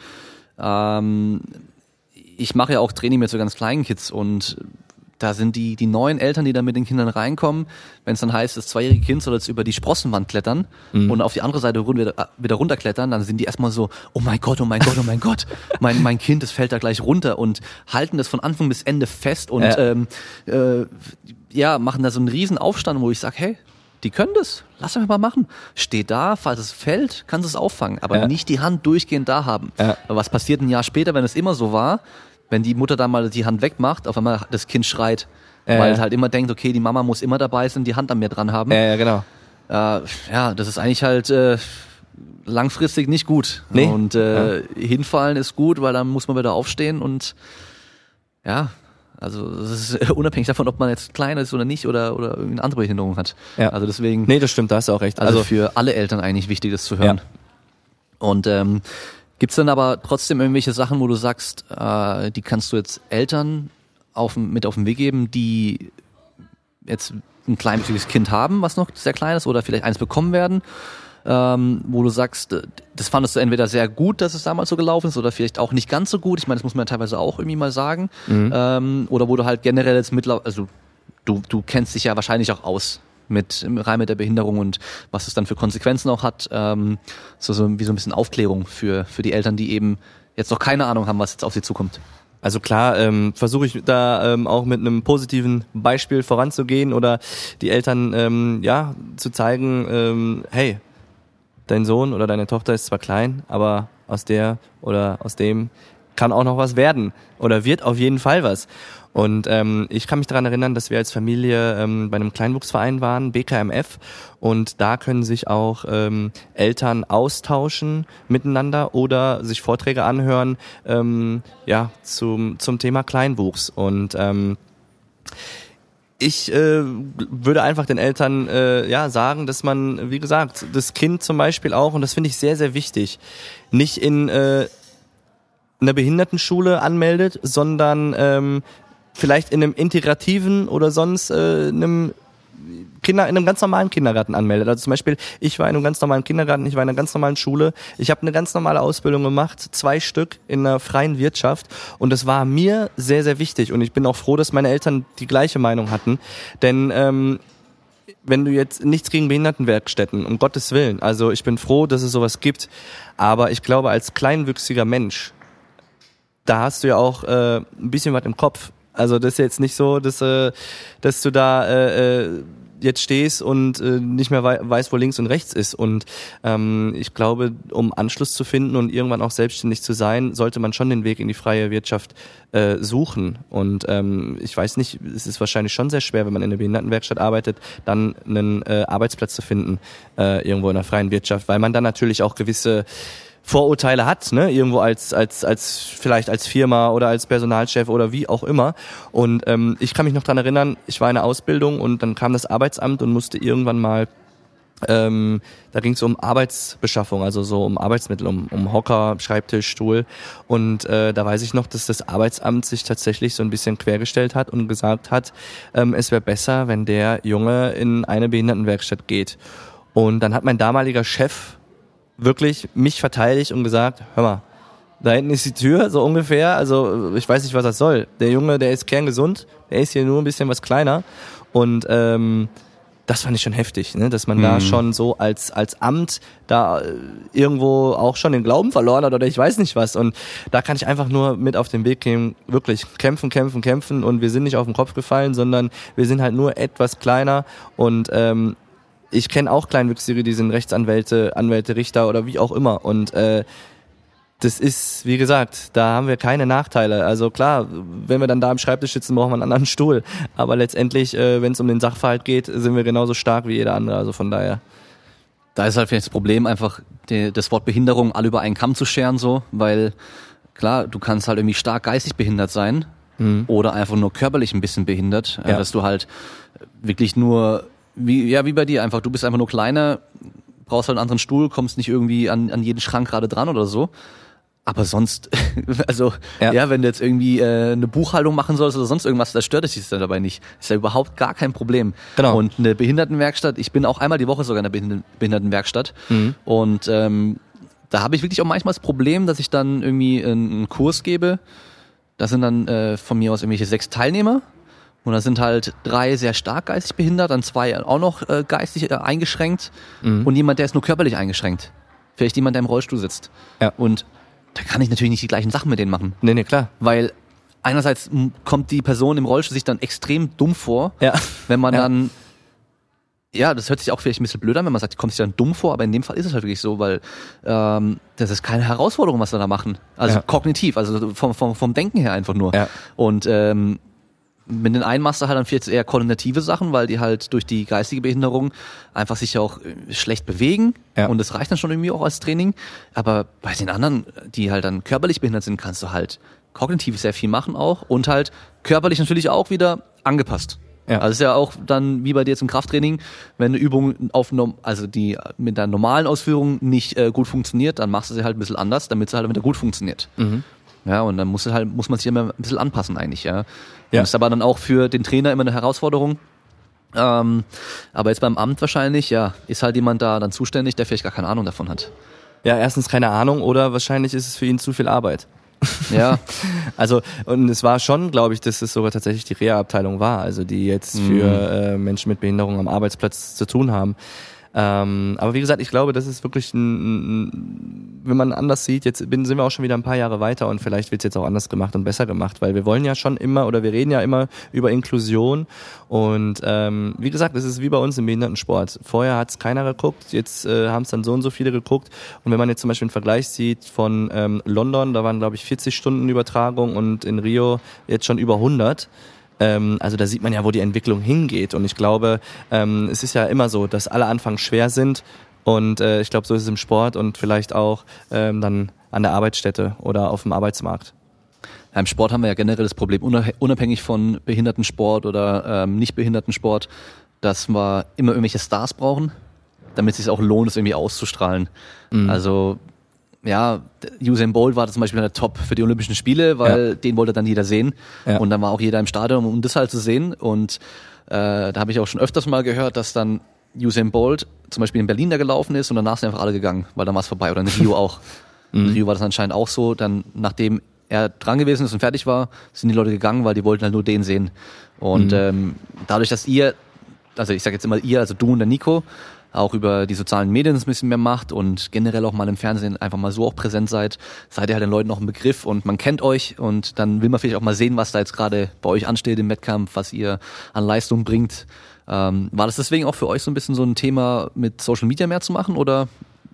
Ähm, ich mache ja auch Training mit so ganz kleinen Kids und da sind die die neuen Eltern, die da mit den Kindern reinkommen, wenn es dann heißt, das zweijährige Kind soll jetzt über die Sprossenwand klettern mhm. und auf die andere Seite wieder, wieder runterklettern, dann sind die erstmal so, oh mein Gott, oh mein Gott, oh mein Gott, mein mein Kind, das fällt da gleich runter und halten das von Anfang bis Ende fest und ja, ähm, äh, ja machen da so einen riesen Aufstand, wo ich sage, hey, die können das, lass einfach mal machen. Steh da, falls es fällt, kannst du es auffangen, aber ja. nicht die Hand durchgehend da haben. Ja. Was passiert ein Jahr später, wenn es immer so war? Wenn die Mutter dann mal die Hand wegmacht, auf einmal das Kind schreit, äh, weil es halt immer denkt, okay, die Mama muss immer dabei sein, die Hand an mir dran haben. Ja, äh, genau. Äh, ja, das ist eigentlich halt äh, langfristig nicht gut. Nee. Und äh, ja. hinfallen ist gut, weil dann muss man wieder aufstehen und ja, also das ist unabhängig davon, ob man jetzt klein ist oder nicht oder oder irgendeine andere Behinderung hat. Ja. Also deswegen. Nee, das stimmt, da hast du auch recht. Also, also für alle Eltern eigentlich wichtig, das zu hören. Ja. Und ähm, gibt's dann aber trotzdem irgendwelche Sachen, wo du sagst, äh, die kannst du jetzt Eltern auf, mit auf den Weg geben, die jetzt ein kleinwüchsiges Kind haben, was noch sehr klein ist, oder vielleicht eins bekommen werden, ähm, wo du sagst, das fandest du entweder sehr gut, dass es damals so gelaufen ist, oder vielleicht auch nicht ganz so gut. Ich meine, das muss man ja teilweise auch irgendwie mal sagen. Mhm. Ähm, oder wo du halt generell jetzt mittlerweile, also du, du kennst dich ja wahrscheinlich auch aus mit im Rahmen mit der Behinderung und was es dann für Konsequenzen auch hat, ähm, so, so wie so ein bisschen Aufklärung für für die Eltern, die eben jetzt noch keine Ahnung haben, was jetzt auf sie zukommt. Also klar, ähm, versuche ich da ähm, auch mit einem positiven Beispiel voranzugehen oder die Eltern ähm, ja zu zeigen, ähm, hey, dein Sohn oder deine Tochter ist zwar klein, aber aus der oder aus dem kann auch noch was werden oder wird auf jeden Fall was. Und ähm, ich kann mich daran erinnern, dass wir als Familie ähm, bei einem Kleinwuchsverein waren, B K M F, und da können sich auch ähm, Eltern austauschen miteinander oder sich Vorträge anhören ähm, ja zum zum Thema Kleinwuchs. Und ähm, ich äh, würde einfach den Eltern äh, ja sagen, dass man, wie gesagt, das Kind zum Beispiel auch, und das finde ich sehr, sehr wichtig, nicht in äh, einer Behindertenschule anmeldet, sondern ähm, vielleicht in einem integrativen oder sonst äh, einem Kinder in einem ganz normalen Kindergarten anmeldet. Also zum Beispiel, ich war in einem ganz normalen Kindergarten, ich war in einer ganz normalen Schule, ich habe eine ganz normale Ausbildung gemacht, zwei Stück in einer freien Wirtschaft, und das war mir sehr, sehr wichtig, und ich bin auch froh, dass meine Eltern die gleiche Meinung hatten, denn ähm, wenn du jetzt nichts gegen Behindertenwerkstätten, um Gottes Willen, also ich bin froh, dass es sowas gibt, aber ich glaube, als kleinwüchsiger Mensch, da hast du ja auch äh, ein bisschen was im Kopf. Also das ist jetzt nicht so, dass, äh, dass du da äh, jetzt stehst und äh, nicht mehr wei- weißt, wo links und rechts ist. Und ähm, ich glaube, um Anschluss zu finden und irgendwann auch selbstständig zu sein, sollte man schon den Weg in die freie Wirtschaft äh, suchen. Und ähm, ich weiß nicht, es ist wahrscheinlich schon sehr schwer, wenn man in einer Behindertenwerkstatt arbeitet, dann einen äh, Arbeitsplatz zu finden, äh, irgendwo in der freien Wirtschaft, weil man dann natürlich auch gewisse Vorurteile hat, ne, irgendwo als als als vielleicht als Firma oder als Personalchef oder wie auch immer. Und ähm, ich kann mich noch dran erinnern, ich war in der Ausbildung und dann kam das Arbeitsamt und musste irgendwann mal Ähm, da ging es um Arbeitsbeschaffung, also so um Arbeitsmittel, um, um Hocker, Schreibtisch, Stuhl. Und äh, da weiß ich noch, dass das Arbeitsamt sich tatsächlich so ein bisschen quergestellt hat und gesagt hat, ähm, es wäre besser, wenn der Junge in eine Behindertenwerkstatt geht. Und dann hat mein damaliger Chef wirklich mich verteidigt und gesagt, hör mal, da hinten ist die Tür, so ungefähr, also ich weiß nicht, was das soll. Der Junge, der ist kerngesund, der ist hier nur ein bisschen was kleiner. Und ähm, das fand ich schon heftig, ne? Dass man mhm. da schon so als als Amt da irgendwo auch schon den Glauben verloren hat oder ich weiß nicht was. Und da kann ich einfach nur mit auf den Weg gehen, wirklich kämpfen, kämpfen, kämpfen. Und wir sind nicht auf den Kopf gefallen, sondern wir sind halt nur etwas kleiner. Und ähm, ich kenne auch Kleinwüchsige, die sind Rechtsanwälte, Anwälte, Richter oder wie auch immer. Und äh, das ist, wie gesagt, da haben wir keine Nachteile. Also klar, wenn wir dann da am Schreibtisch sitzen, brauchen wir einen anderen Stuhl. Aber letztendlich, äh, wenn es um den Sachverhalt geht, sind wir genauso stark wie jeder andere. Also von daher. Da ist halt vielleicht das Problem, einfach die, das Wort Behinderung alle über einen Kamm zu scheren, so, weil klar, du kannst halt irgendwie stark geistig behindert sein mhm. oder einfach nur körperlich ein bisschen behindert, ja. äh, dass du halt wirklich nur, wie, ja, wie bei dir einfach, du bist einfach nur kleiner, brauchst halt einen anderen Stuhl, kommst nicht irgendwie an, an jeden Schrank gerade dran oder so. Aber sonst, also ja. ja, wenn du jetzt irgendwie äh, eine Buchhaltung machen sollst oder sonst irgendwas, da stört es dich dann dabei nicht. Ist ja überhaupt gar kein Problem. Genau. Und eine Behindertenwerkstatt, ich bin auch einmal die Woche sogar in einer Behindertenwerkstatt mhm. und ähm, da habe ich wirklich auch manchmal das Problem, dass ich dann irgendwie einen, einen Kurs gebe. Da sind dann äh, von mir aus irgendwelche sechs Teilnehmer und da sind halt drei sehr stark geistig behindert, dann zwei auch noch äh, geistig äh, eingeschränkt mhm. und jemand, der ist nur körperlich eingeschränkt. Vielleicht jemand, der im Rollstuhl sitzt. Ja. Und da kann ich natürlich nicht die gleichen Sachen mit denen machen. Nee, nee, klar. Weil einerseits kommt die Person im Rollstuhl sich dann extrem dumm vor, ja. wenn man ja. dann, ja, das hört sich auch vielleicht ein bisschen blöd an, wenn man sagt, die kommt sich dann dumm vor, aber in dem Fall ist es halt wirklich so, weil ähm, das ist keine Herausforderung, was wir da machen. Also ja. kognitiv, also vom, vom, vom Denken her einfach nur. Ja. Und ähm, mit den einen machst du halt dann vielleicht eher koordinative Sachen, weil die halt durch die geistige Behinderung einfach sich auch schlecht bewegen ja. und das reicht dann schon irgendwie auch als Training. Aber bei den anderen, die halt dann körperlich behindert sind, kannst du halt kognitiv sehr viel machen auch und halt körperlich natürlich auch wieder angepasst. Ja. Also ist ja auch dann wie bei dir jetzt im Krafttraining, wenn eine Übung auf also die mit der normalen Ausführung nicht äh, gut funktioniert, dann machst du sie halt ein bisschen anders, damit sie halt wieder gut funktioniert. Mhm. Ja, und dann muss halt muss man sich immer ein bisschen anpassen eigentlich, ja. Ja. Das ist aber dann auch für den Trainer immer eine Herausforderung. Ähm, aber jetzt beim Amt wahrscheinlich, ja, ist halt jemand da dann zuständig, der vielleicht gar keine Ahnung davon hat. Ja, erstens keine Ahnung oder wahrscheinlich ist es für ihn zu viel Arbeit. Ja. Also, und es war schon, glaube ich, dass es sogar tatsächlich die Reha-Abteilung war, also die jetzt für mhm. äh, Menschen mit Behinderung am Arbeitsplatz zu tun haben. Ähm, aber wie gesagt, ich glaube, das ist wirklich ein, ein, wenn man anders sieht, jetzt bin, sind wir auch schon wieder ein paar Jahre weiter und vielleicht wird es jetzt auch anders gemacht und besser gemacht, weil wir wollen ja schon immer oder wir reden ja immer über Inklusion und ähm, wie gesagt, es ist wie bei uns im Behindertensport. Vorher hat es keiner geguckt, jetzt äh, haben es dann so und so viele geguckt und wenn man jetzt zum Beispiel einen Vergleich sieht von ähm, London, da waren glaube ich vierzig Stunden Übertragung und in Rio jetzt schon über hundert. Also da sieht man ja, wo die Entwicklung hingeht und ich glaube, ähm, es ist ja immer so, dass alle anfangs schwer sind und äh, ich glaube, so ist es im Sport und vielleicht auch ähm, dann an der Arbeitsstätte oder auf dem Arbeitsmarkt. Ja, im Sport haben wir ja generell das Problem, unabhängig von Behindertensport oder ähm, Nicht-Behindertensport, dass wir immer irgendwelche Stars brauchen, damit es sich auch lohnt, es irgendwie auszustrahlen. Mhm. Also ja, Usain Bolt war zum Beispiel der Top für die Olympischen Spiele, weil ja. den wollte dann jeder sehen. Ja. Und dann war auch jeder im Stadion, um das halt zu sehen. Und äh, da habe ich auch schon öfters mal gehört, dass dann Usain Bolt zum Beispiel in Berlin da gelaufen ist und danach sind einfach alle gegangen, weil dann war es vorbei. Oder in Rio auch. In Rio war das anscheinend auch so. Dann, nachdem er dran gewesen ist und fertig war, sind die Leute gegangen, weil die wollten halt nur den sehen. Und mhm. ähm, dadurch, dass ihr, also ich sage jetzt immer ihr, also du und der Nico, auch über die sozialen Medien ein bisschen mehr macht und generell auch mal im Fernsehen einfach mal so auch präsent seid, seid ihr halt den Leuten auch ein Begriff und man kennt euch und dann will man vielleicht auch mal sehen, was da jetzt gerade bei euch ansteht im Wettkampf, was ihr an Leistung bringt. Ähm, war das deswegen auch für euch so ein bisschen so ein Thema mit Social Media mehr zu machen oder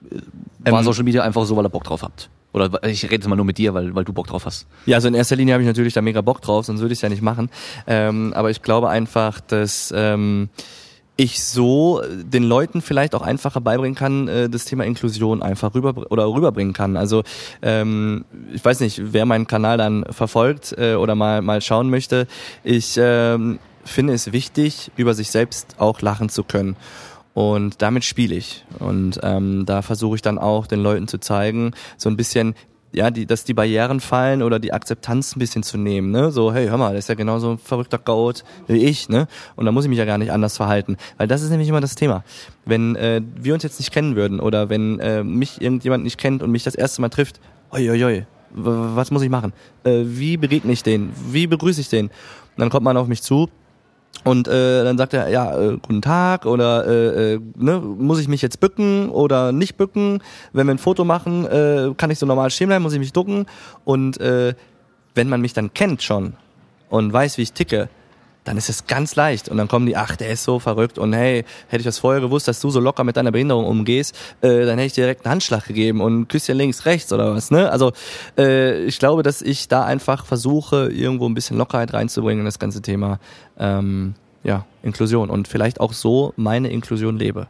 war ähm, Social Media einfach so, weil ihr Bock drauf habt? Oder ich rede jetzt mal nur mit dir, weil, weil du Bock drauf hast. Ja, also in erster Linie habe ich natürlich da mega Bock drauf, sonst würde ich es ja nicht machen. Ähm, aber ich glaube einfach, dass ähm, ich so den Leuten vielleicht auch einfacher beibringen kann, äh, das Thema Inklusion einfach rüber oder rüberbringen kann. Also ähm, ich weiß nicht, wer meinen Kanal dann verfolgt äh, oder mal mal schauen möchte. Ich ähm, finde es wichtig, über sich selbst auch lachen zu können. Und damit spiele ich. Und ähm, da versuche ich dann auch den Leuten zu zeigen, so ein bisschen, ja, die, dass die Barrieren fallen oder die Akzeptanz ein bisschen zu nehmen, ne? So, hey, hör mal, das ist ja genauso ein verrückter Goat wie ich, ne? Und da muss ich mich ja gar nicht anders verhalten. Weil das ist nämlich immer das Thema. Wenn äh, wir uns jetzt nicht kennen würden oder wenn äh, mich irgendjemand nicht kennt und mich das erste Mal trifft, oi, oi, oi, was muss ich machen? Äh, wie begegne ich den? Wie begrüße ich den? Und dann kommt man auf mich zu und äh, dann sagt er, ja, äh, guten Tag oder äh, äh, ne, muss ich mich jetzt bücken oder nicht bücken? Wenn wir ein Foto machen, äh, kann ich so normal stehen bleiben, muss ich mich ducken? Und äh, wenn man mich dann kennt schon und weiß, wie ich ticke, dann ist es ganz leicht. Und dann kommen die, ach, der ist so verrückt und hey, hätte ich das vorher gewusst, dass du so locker mit deiner Behinderung umgehst, äh, dann hätte ich dir direkt einen Handschlag gegeben und ein Küsschen links, rechts oder was, ne? Also äh, ich glaube, dass ich da einfach versuche, irgendwo ein bisschen Lockerheit reinzubringen in das ganze Thema ähm, ja, Inklusion und vielleicht auch so meine Inklusion lebe.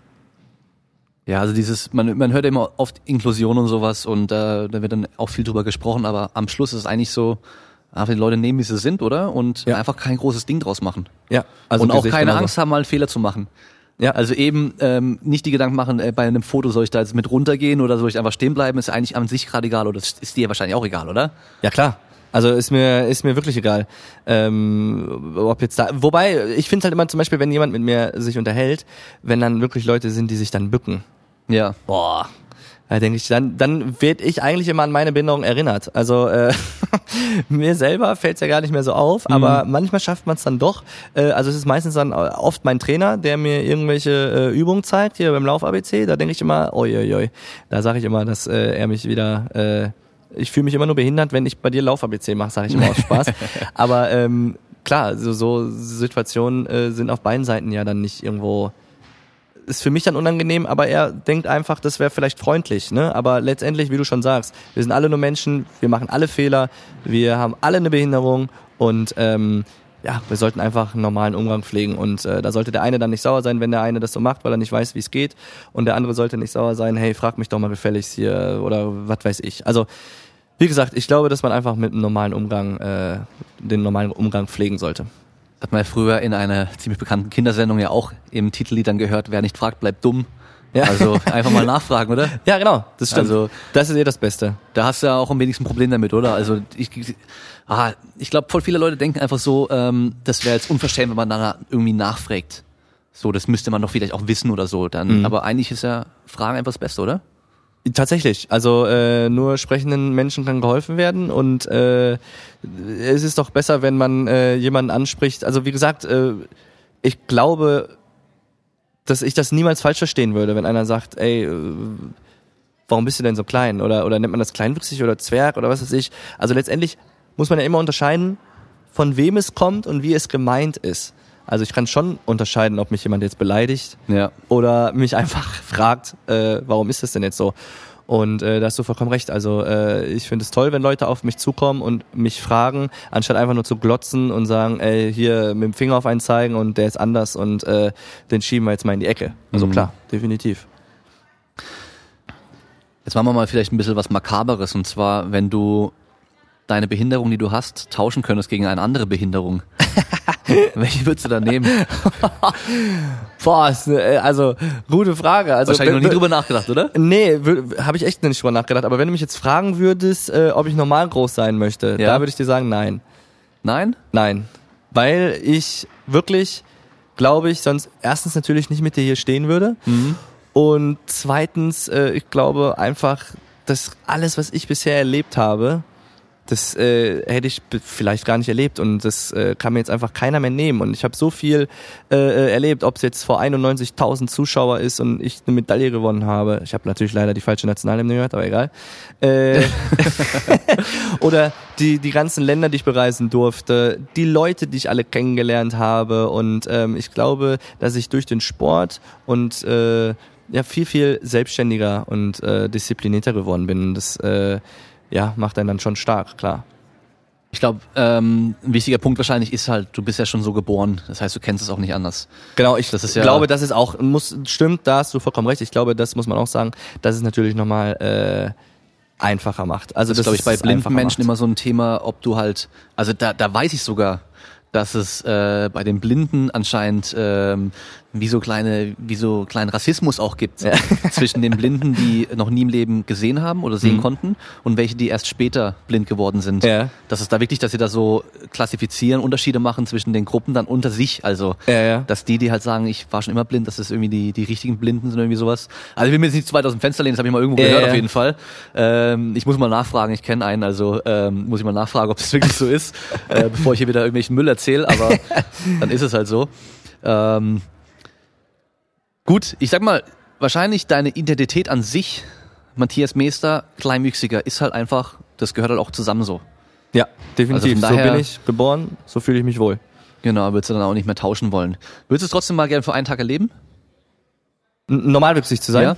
Ja, also dieses, man, man hört ja immer oft Inklusion und sowas und äh, da wird dann auch viel drüber gesprochen, aber am Schluss ist es eigentlich so, einfach die Leute nehmen, wie sie sind, oder? Und ja. einfach kein großes Ding draus machen. Ja, also und auch keine genauso. Angst haben, mal einen Fehler zu machen. Ja, also eben ähm, nicht die Gedanken machen, äh, bei einem Foto soll ich da jetzt mit runtergehen oder soll ich einfach stehen bleiben, ist eigentlich an sich gerade egal oder ist dir wahrscheinlich auch egal, oder? Ja, klar. Also ist mir ist mir wirklich egal, ähm, ob jetzt da. Wobei ich finde halt immer zum Beispiel, wenn jemand mit mir sich unterhält, wenn dann wirklich Leute sind, die sich dann bücken. Ja. Boah. Da denke ich, dann dann werd ich eigentlich immer an meine Behinderung erinnert. Also äh, mir selber fällt es ja gar nicht mehr so auf, mhm. aber manchmal schafft man es dann doch. Äh, also es ist meistens dann oft mein Trainer, der mir irgendwelche äh, Übungen zeigt, hier beim Lauf-A B C. Da denke ich immer, oi, oi, oi. Da sage ich immer, dass äh, er mich wieder... Äh, ich fühle mich immer nur behindert, wenn ich bei dir Lauf-A B C mache, sage ich immer aus Spaß. Aber ähm, klar, so, so Situationen äh, sind auf beiden Seiten ja dann nicht irgendwo... Ist für mich dann unangenehm, aber er denkt einfach, das wäre vielleicht freundlich, ne? Aber letztendlich, wie du schon sagst, wir sind alle nur Menschen, wir machen alle Fehler, wir haben alle eine Behinderung und ähm, ja, wir sollten einfach einen normalen Umgang pflegen und äh, da sollte der eine dann nicht sauer sein, wenn der eine das so macht, weil er nicht weiß, wie es geht und der andere sollte nicht sauer sein, hey, frag mich doch mal gefälligst hier oder was weiß ich. Also wie gesagt, ich glaube, dass man einfach mit einem normalen Umgang äh, den normalen Umgang pflegen sollte. Hat man ja früher in einer ziemlich bekannten Kindersendung ja auch im Titellied dann gehört, wer nicht fragt, bleibt dumm. Ja. Also einfach mal nachfragen, oder? Ja, genau, das stimmt. Also, das ist eh das Beste. Da hast du ja auch am wenigsten Problem damit, oder? Also ich, ah, ich glaube, voll viele Leute denken einfach so, ähm, das wäre jetzt unverschämt, wenn man dann irgendwie nachfragt. So, das müsste man doch vielleicht auch wissen oder so. Dann, mhm. Aber eigentlich ist ja Fragen einfach das Beste, oder? Tatsächlich, also äh, nur sprechenden Menschen kann geholfen werden und äh, es ist doch besser, wenn man äh, jemanden anspricht. Also wie gesagt, äh, ich glaube, dass ich das niemals falsch verstehen würde, wenn einer sagt, ey, äh, warum bist du denn so klein? Oder oder nennt man das kleinwüchsig oder Zwerg oder was weiß ich. Also letztendlich muss man ja immer unterscheiden, von wem es kommt und wie es gemeint ist. Also ich kann schon unterscheiden, ob mich jemand jetzt beleidigt ja. oder mich einfach fragt, äh, warum ist das denn jetzt so? Und äh, da hast du vollkommen recht. Also äh, ich finde es toll, wenn Leute auf mich zukommen und mich fragen, anstatt einfach nur zu glotzen und sagen, ey, hier mit dem Finger auf einen zeigen und der ist anders und äh, den schieben wir jetzt mal in die Ecke. Also mhm. klar, definitiv. Jetzt machen wir mal vielleicht ein bisschen was Makaberes und zwar, wenn du deine Behinderung, die du hast, tauschen könntest gegen eine andere Behinderung. Welche würdest du da nehmen? Boah, also gute Frage. Also, wahrscheinlich noch nie drüber nachgedacht, oder? Nee, habe ich echt nicht drüber nachgedacht. Aber wenn du mich jetzt fragen würdest, äh, ob ich normal groß sein möchte, ja. da würde ich dir sagen, nein. Nein? Nein. Weil ich wirklich, glaube ich, sonst erstens natürlich nicht mit dir hier stehen würde. Mhm. Und zweitens, äh, ich glaube einfach, dass alles, was ich bisher erlebt habe, das äh, hätte ich vielleicht gar nicht erlebt und das äh, kann mir jetzt einfach keiner mehr nehmen und ich habe so viel äh, erlebt, ob es jetzt vor einundneunzigtausend Zuschauer ist und ich eine Medaille gewonnen habe. Ich habe natürlich leider die falsche Nationalhymne gehört, aber egal. Äh, oder die die ganzen Länder, die ich bereisen durfte, die Leute, die ich alle kennengelernt habe und ähm, ich glaube, dass ich durch den Sport und äh, ja viel viel selbstständiger und äh, disziplinierter geworden bin. Das äh, ja, macht einen dann schon stark, klar. Ich glaube, ähm, ein wichtiger Punkt wahrscheinlich ist halt, du bist ja schon so geboren. Das heißt, du kennst es auch nicht anders. Genau, ich das ist ja glaube, das ist auch, muss stimmt, da hast du vollkommen recht. Ich glaube, das muss man auch sagen, dass es natürlich nochmal äh, einfacher macht. Also das, das ist, glaube ich, bei blinden Menschen macht. Immer so ein Thema, ob du halt, also da, da weiß ich sogar, dass es äh, bei den Blinden anscheinend ähm, wie so kleine, wie so kleinen Rassismus auch gibt Ja. zwischen den Blinden, die noch nie im Leben gesehen haben oder sehen Mhm. konnten, und welche, die erst später blind geworden sind. Ja. Das ist da wirklich, dass sie da so klassifizieren, Unterschiede machen zwischen den Gruppen dann unter sich. Also, Ja, ja. dass die, die halt sagen, ich war schon immer blind, dass das irgendwie die, die richtigen Blinden sind, irgendwie sowas. Also ich will mir jetzt nicht zu weit aus dem Fenster lehnen, das habe ich mal irgendwo Ja, gehört ja. auf jeden Fall. Ähm, ich muss mal nachfragen, ich kenne einen, also ähm, muss ich mal nachfragen, ob das wirklich so ist, äh, bevor ich hier wieder irgendwelchen Müll erzähle, aber dann ist es halt so. Ähm, gut, ich sag mal, wahrscheinlich deine Identität an sich, Matthias Meester, Kleinwüchsiger, ist halt einfach, das gehört halt auch zusammen so. Ja, definitiv. Also von daher- so bin ich geboren, so fühle ich mich wohl. Genau, würdest du dann auch nicht mehr tauschen wollen. Würdest du es trotzdem mal gerne für einen Tag erleben? N- Normalwüchsig zu sein? Ja.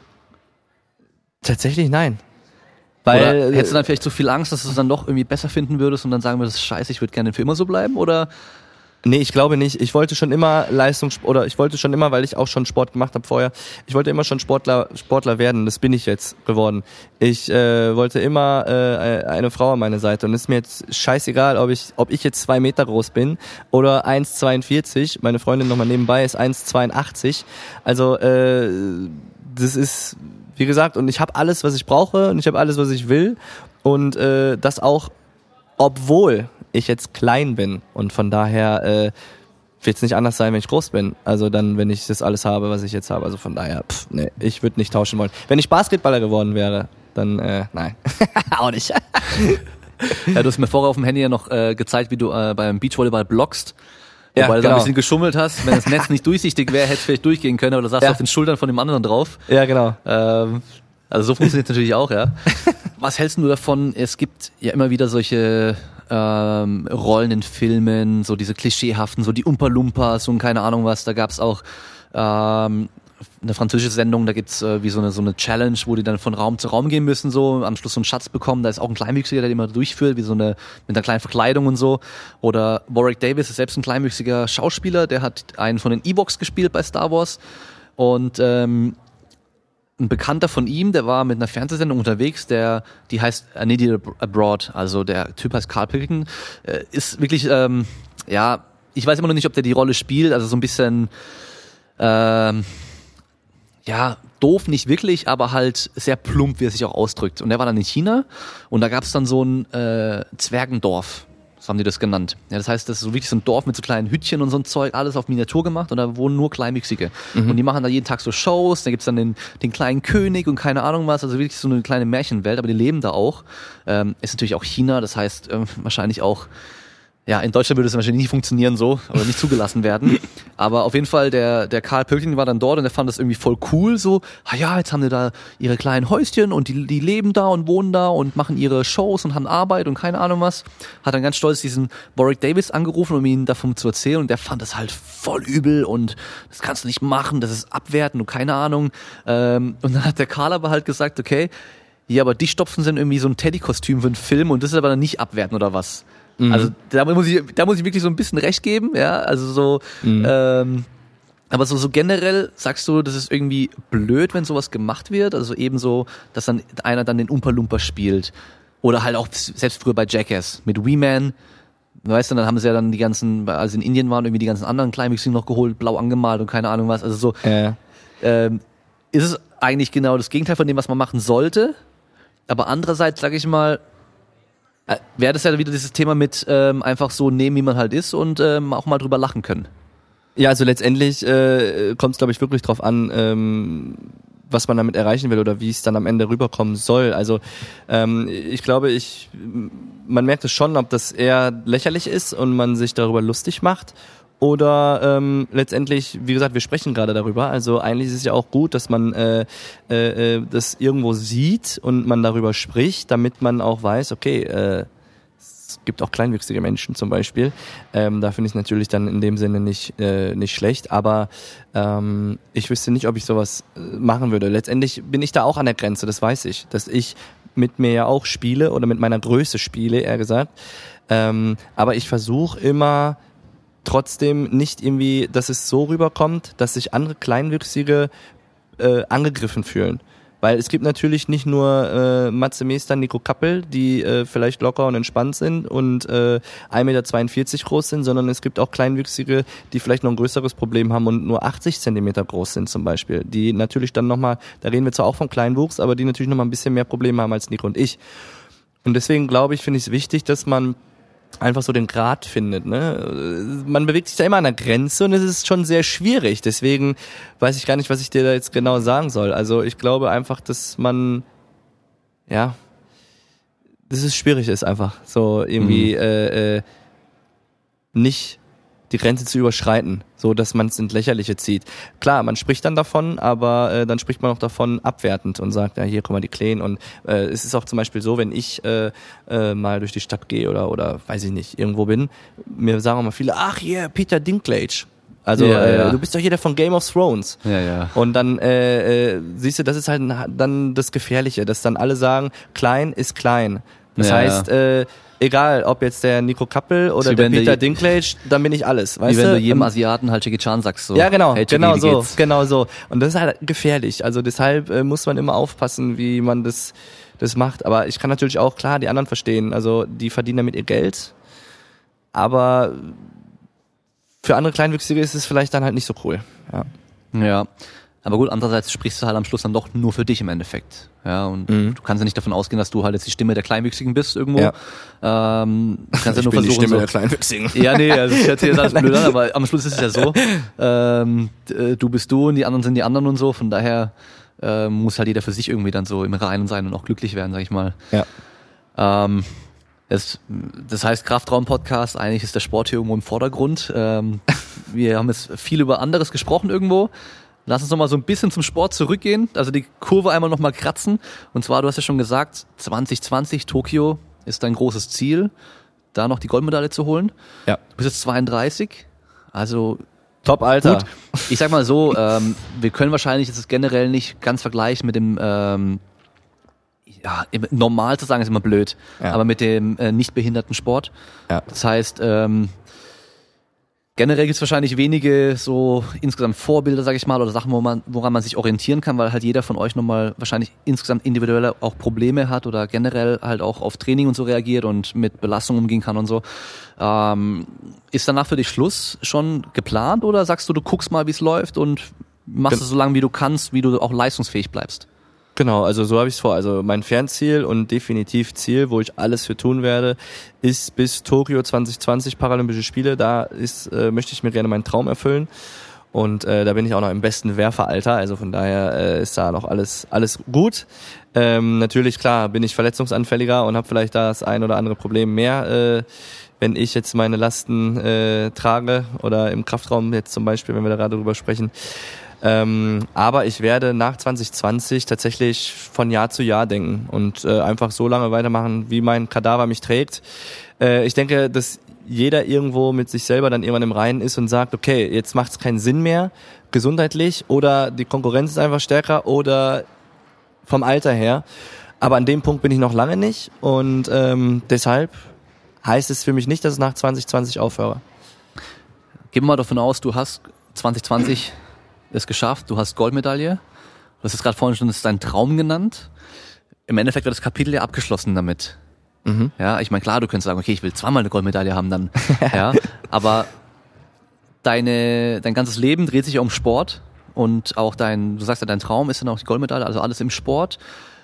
Tatsächlich nein. Weil Weil, Oder hättest du dann vielleicht so viel Angst, dass du es dann doch irgendwie besser finden würdest und dann sagen würdest, scheiße, ich würde gerne für immer so bleiben? Oder Nee, ich glaube nicht. Ich wollte schon immer Leistungs oder ich wollte schon immer, weil ich auch schon Sport gemacht habe vorher, ich wollte immer schon Sportler Sportler werden. Das bin ich jetzt geworden. Ich äh, wollte immer äh, eine Frau an meiner Seite und es ist mir jetzt scheißegal, ob ich ob ich jetzt zwei Meter groß bin oder eins Komma zweiundvierzig. Meine Freundin nochmal nebenbei ist eins Komma zweiundachtzig. Also äh, das ist, wie gesagt, und ich habe alles, was ich brauche und ich habe alles, was ich will und äh, das auch, obwohl ich jetzt klein bin und von daher äh, wird es nicht anders sein, wenn ich groß bin. Also dann, wenn ich das alles habe, was ich jetzt habe. Also von daher, pff, nee, ich würde nicht tauschen wollen. Wenn ich Basketballer geworden wäre, dann äh, nein, auch nicht. ja, du hast mir vorher auf dem Handy ja noch äh, gezeigt, wie du äh, beim Beachvolleyball blockst. Ja, Wobei du da genau. ein bisschen geschummelt hast. Wenn das Netz nicht durchsichtig wäre, hätte es vielleicht durchgehen können, aber du saßt Ja. auf den Schultern von dem anderen drauf. Ja, genau. Ähm, also so funktioniert es natürlich auch, ja. Was hältst du davon? Es gibt ja immer wieder solche ähm, Rollen in Filmen, so diese klischeehaften, so die Umpa Lumpas und keine Ahnung was. Da gab's auch ähm, eine französische Sendung, da gibt's äh, wie so eine so eine Challenge, wo die dann von Raum zu Raum gehen müssen, so am Schluss so einen Schatz bekommen. Da ist auch ein Kleinwüchsiger, der den immer durchführt, wie so eine mit einer kleinen Verkleidung und so. Oder Warwick Davis ist selbst ein kleinwüchsiger Schauspieler, der hat einen von den Ewoks gespielt bei Star Wars. Und ähm, ein Bekannter von ihm, der war mit einer Fernsehsendung unterwegs, der, die heißt An Idiot Abroad, also der Typ heißt Carl Pilkington, äh, ist wirklich, ähm, ja, ich weiß immer noch nicht, ob der die Rolle spielt, also so ein bisschen, ähm, ja, doof nicht wirklich, aber halt sehr plump, wie er sich auch ausdrückt. Und der war dann in China und da gab es dann so ein äh, Zwergendorf. So haben die das genannt. Ja, das heißt, das ist so wirklich so ein Dorf mit so kleinen Hütchen und so ein Zeug, alles auf Miniatur gemacht und da wohnen nur Kleinwüchsige. Mhm. Und die machen da jeden Tag so Shows, da gibt's dann den, den kleinen König und keine Ahnung was, also wirklich so eine kleine Märchenwelt, aber die leben da auch. Ähm, ist natürlich auch China, das heißt ähm, wahrscheinlich auch, ja, in Deutschland würde es wahrscheinlich nicht funktionieren so, oder nicht zugelassen werden. Aber auf jeden Fall, der, der Carl Pilkington war dann dort und der fand das irgendwie voll cool, so, ah ja, jetzt haben die da ihre kleinen Häuschen und die, die leben da und wohnen da und machen ihre Shows und haben Arbeit und keine Ahnung was. Hat dann ganz stolz diesen Warwick Davis angerufen, um ihn davon zu erzählen und der fand das halt voll übel und das kannst du nicht machen, das ist abwertend und keine Ahnung. Ähm, und dann hat der Carl aber halt gesagt, okay, ja, aber die stopfen sind irgendwie so ein Teddy-Kostüm für einen Film und das ist aber dann nicht abwertend oder was? Mhm. Also da muss ich, da muss ich wirklich so ein bisschen recht geben, ja, also so, mhm. ähm, aber so, so generell sagst du, das ist irgendwie blöd, wenn sowas gemacht wird, also eben so, dass dann einer dann den Oompa Loompa spielt oder halt auch selbst früher bei Jackass mit Wee Man, weißt du, dann haben sie ja dann die ganzen, als sie in Indien waren, irgendwie die ganzen anderen Kleinwüchsigen noch geholt, blau angemalt und keine Ahnung was, also so, äh. ähm, ist es eigentlich genau das Gegenteil von dem, was man machen sollte, aber andererseits, sag ich mal, wäre das ja wieder dieses Thema mit ähm, einfach so nehmen, wie man halt ist und ähm, auch mal drüber lachen können. Ja, also letztendlich äh, kommt es, glaube ich, wirklich drauf an, ähm, was man damit erreichen will oder wie es dann am Ende rüberkommen soll. Also ähm, ich glaube, ich man merkt es schon, ob das eher lächerlich ist und man sich darüber lustig macht oder ähm, letztendlich, wie gesagt, wir sprechen gerade darüber, also eigentlich ist es ja auch gut, dass man äh, äh, das irgendwo sieht und man darüber spricht, damit man auch weiß, okay, äh, es gibt auch kleinwüchsige Menschen zum Beispiel, ähm, da finde ich es natürlich dann in dem Sinne nicht äh, nicht schlecht, aber ähm, ich wüsste nicht, ob ich sowas machen würde. Letztendlich bin ich da auch an der Grenze, das weiß ich, dass ich mit mir ja auch spiele oder mit meiner Größe spiele, eher gesagt, ähm, aber ich versuche immer trotzdem nicht irgendwie, dass es so rüberkommt, dass sich andere Kleinwüchsige äh, angegriffen fühlen. Weil es gibt natürlich nicht nur äh, Matze Meester, Nico Kappel, die äh, vielleicht locker und entspannt sind und äh, eins Komma zweiundvierzig Meter groß sind, sondern es gibt auch Kleinwüchsige, die vielleicht noch ein größeres Problem haben und nur achtzig Zentimeter groß sind zum Beispiel. Die natürlich dann nochmal, da reden wir zwar auch vom Kleinwuchs, aber die natürlich nochmal ein bisschen mehr Probleme haben als Nico und ich. Und deswegen glaube ich, finde ich es wichtig, dass man einfach so den Grat findet, ne? Man bewegt sich da immer an der Grenze und es ist schon sehr schwierig. Deswegen weiß ich gar nicht, was ich dir da jetzt genau sagen soll. Also ich glaube einfach, dass man, ja, dass es schwierig ist einfach, so irgendwie mhm. äh, äh, nicht die Grenze zu überschreiten, so dass man es ins Lächerliche zieht. Klar, man spricht dann davon, aber äh, dann spricht man auch davon abwertend und sagt, ja, hier, guck mal, die Kleen. Und äh, es ist auch zum Beispiel so, wenn ich äh, äh, mal durch die Stadt gehe oder, oder weiß ich nicht, irgendwo bin, mir sagen auch mal viele, ach hier, Peter Dinklage. Also ja, äh, ja. du bist doch hier der von Game of Thrones. Ja, ja. Und dann äh, äh, siehst du, das ist halt dann das Gefährliche, dass dann alle sagen, klein ist klein. Das ja, heißt, ja. Äh, egal, ob jetzt der Nico Kappel oder der Peter je- Dinklage, dann bin ich alles, weißt Wie wenn du? du jedem Ähm, Asiaten halt Jackie Chan sagst, so. Ja, genau, hey, Jackie, genau wie so, geht's? genau so. Und das ist halt gefährlich. Also deshalb äh, muss man immer aufpassen, wie man das, das macht. Aber ich kann natürlich auch klar die anderen verstehen. Also die verdienen damit ihr Geld. Aber für andere Kleinwüchsige ist es vielleicht dann halt nicht so cool. Ja. Ja. Aber gut, andererseits sprichst du halt am Schluss dann doch nur für dich im Endeffekt. Ja, und Mhm. du kannst ja nicht davon ausgehen, dass du halt jetzt die Stimme der Kleinwüchsigen bist irgendwo. Ja. Ähm, du kannst ja Ich nur bin die versuchen, Stimme so, der Kleinwüchsigen. ja, nee, also ich erzähle das alles blöd an, aber am Schluss ist es ja so, ähm, d- du bist du und die anderen sind die anderen und so, von daher äh, muss halt jeder für sich irgendwie dann so im Reinen sein und auch glücklich werden, sag ich mal. Ja. Ähm, es, das heißt Kraftraum-Podcast, eigentlich ist der Sport hier irgendwo im Vordergrund. Ähm, wir haben jetzt viel über anderes gesprochen irgendwo. Lass uns noch mal so ein bisschen zum Sport zurückgehen, also die Kurve einmal noch mal kratzen. Und zwar, du hast ja schon gesagt, zwanzig zwanzig Tokio ist dein großes Ziel, da noch die Goldmedaille zu holen. Ja. Du bist jetzt zweiunddreißig, also Top, Alter. gut. Ich sag mal so, ähm, wir können wahrscheinlich jetzt generell nicht ganz vergleichen mit dem, ähm, ja, normal zu sagen ist immer blöd, Ja. aber mit dem äh, nicht behinderten Sport. Ja. Das heißt, ähm, generell gibt es wahrscheinlich wenige so insgesamt Vorbilder, sag ich mal, oder Sachen, wo man, woran man sich orientieren kann, weil halt jeder von euch nochmal wahrscheinlich insgesamt individuell auch Probleme hat oder generell halt auch auf Training und so reagiert und mit Belastung umgehen kann und so. Ähm, ist danach für dich Schluss schon geplant oder sagst du, du guckst mal, wie es läuft und machst Gen- es so lange, wie du kannst, wie du auch leistungsfähig bleibst? Genau, also so habe ich es vor. Also mein Fernziel und definitiv Ziel, wo ich alles für tun werde, ist bis Tokio zwanzig zwanzig Paralympische Spiele. Da ist, äh, möchte ich mir gerne meinen Traum erfüllen. Und äh, da bin ich auch noch im besten Werferalter. Also von daher äh, ist da noch alles alles gut. Ähm, natürlich, klar, bin ich verletzungsanfälliger und habe vielleicht da das ein oder andere Problem mehr, äh, wenn ich jetzt meine Lasten äh, trage oder im Kraftraum jetzt zum Beispiel, wenn wir da gerade drüber sprechen. Ähm, aber ich werde nach zwanzig zwanzig tatsächlich von Jahr zu Jahr denken und äh, einfach so lange weitermachen, wie mein Kadaver mich trägt. Äh, ich denke, dass jeder irgendwo mit sich selber dann irgendwann im Reinen ist und sagt, okay, jetzt macht es keinen Sinn mehr, gesundheitlich, oder die Konkurrenz ist einfach stärker oder vom Alter her. Aber an dem Punkt bin ich noch lange nicht und ähm, deshalb heißt es für mich nicht, dass ich nach zwanzig zwanzig aufhöre. Gehen wir mal davon aus, du hast zwanzig zwanzig es geschafft, du hast Goldmedaille. Du hast es gerade vorhin schon, das ist dein Traum genannt. Im Endeffekt wird das Kapitel ja abgeschlossen damit. Mhm. Ja, ich meine, klar, du könntest sagen, okay, ich will zweimal eine Goldmedaille haben dann. Ja, aber deine, dein ganzes Leben dreht sich ja um Sport und auch dein, du sagst ja, dein Traum ist dann auch die Goldmedaille, also alles im Sport.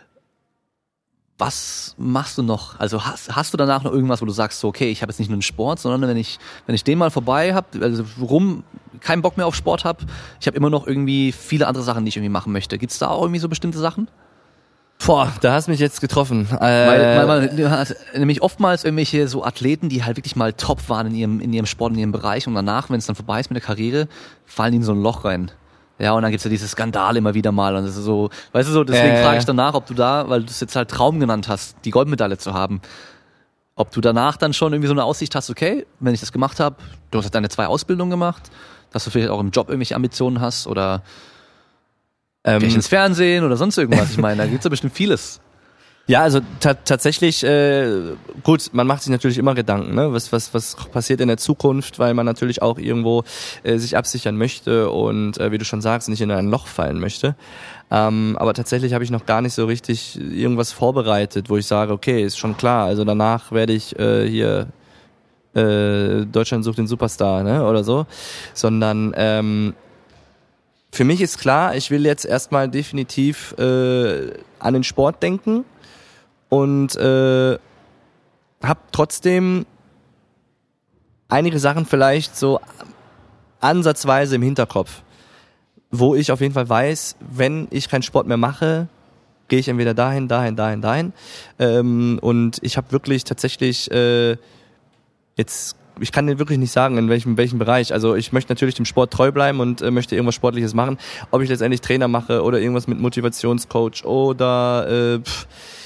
Was machst du noch? Also hast, hast du danach noch irgendwas, wo du sagst, so, okay, ich habe jetzt nicht nur einen Sport, sondern wenn ich, wenn ich den mal vorbei habe, also rum, keinen Bock mehr auf Sport habe, ich habe immer noch irgendwie viele andere Sachen, die ich irgendwie machen möchte. Gibt's da auch irgendwie so bestimmte Sachen? Boah, da hast du mich jetzt getroffen. Äh, Weil, weil man du hast nämlich oftmals irgendwelche so Athleten, die halt wirklich mal top waren in ihrem, in ihrem Sport, in ihrem Bereich und danach, wenn es dann vorbei ist mit der Karriere, fallen die in so ein Loch rein. Ja, und dann gibt's ja diese Skandale immer wieder mal und das ist so, weißt du so, deswegen äh, frage ich danach, ob du da, weil du es jetzt halt Traum genannt hast, die Goldmedaille zu haben, ob du danach dann schon irgendwie so eine Aussicht hast, okay, wenn ich das gemacht habe, du hast deine zwei Ausbildungen gemacht, dass du vielleicht auch im Job irgendwelche Ambitionen hast oder ähm, vielleicht ins Fernsehen oder sonst irgendwas. Ich meine, da gibt's ja bestimmt vieles. Ja, also ta- tatsächlich, äh, gut, man macht sich natürlich immer Gedanken, ne? was, was, was passiert in der Zukunft, weil man natürlich auch irgendwo äh, sich absichern möchte und, äh, wie du schon sagst, nicht in ein Loch fallen möchte. Ähm, aber tatsächlich habe ich noch gar nicht so richtig irgendwas vorbereitet, wo ich sage, okay, ist schon klar, also danach werde ich äh, hier äh, Deutschland sucht den Superstar, ne? oder so, sondern ähm, für mich ist klar, ich will jetzt erstmal definitiv äh, an den Sport denken. Und äh, habe trotzdem einige Sachen vielleicht so ansatzweise im Hinterkopf, wo ich auf jeden Fall weiß, wenn ich keinen Sport mehr mache, gehe ich entweder dahin, dahin, dahin, dahin. Ähm, und ich habe wirklich tatsächlich äh, jetzt, ich kann dir wirklich nicht sagen, in welchem welchem Bereich. Also ich möchte natürlich dem Sport treu bleiben und äh, möchte irgendwas Sportliches machen. Ob ich letztendlich Trainer mache oder irgendwas mit Motivationscoach oder äh, pff,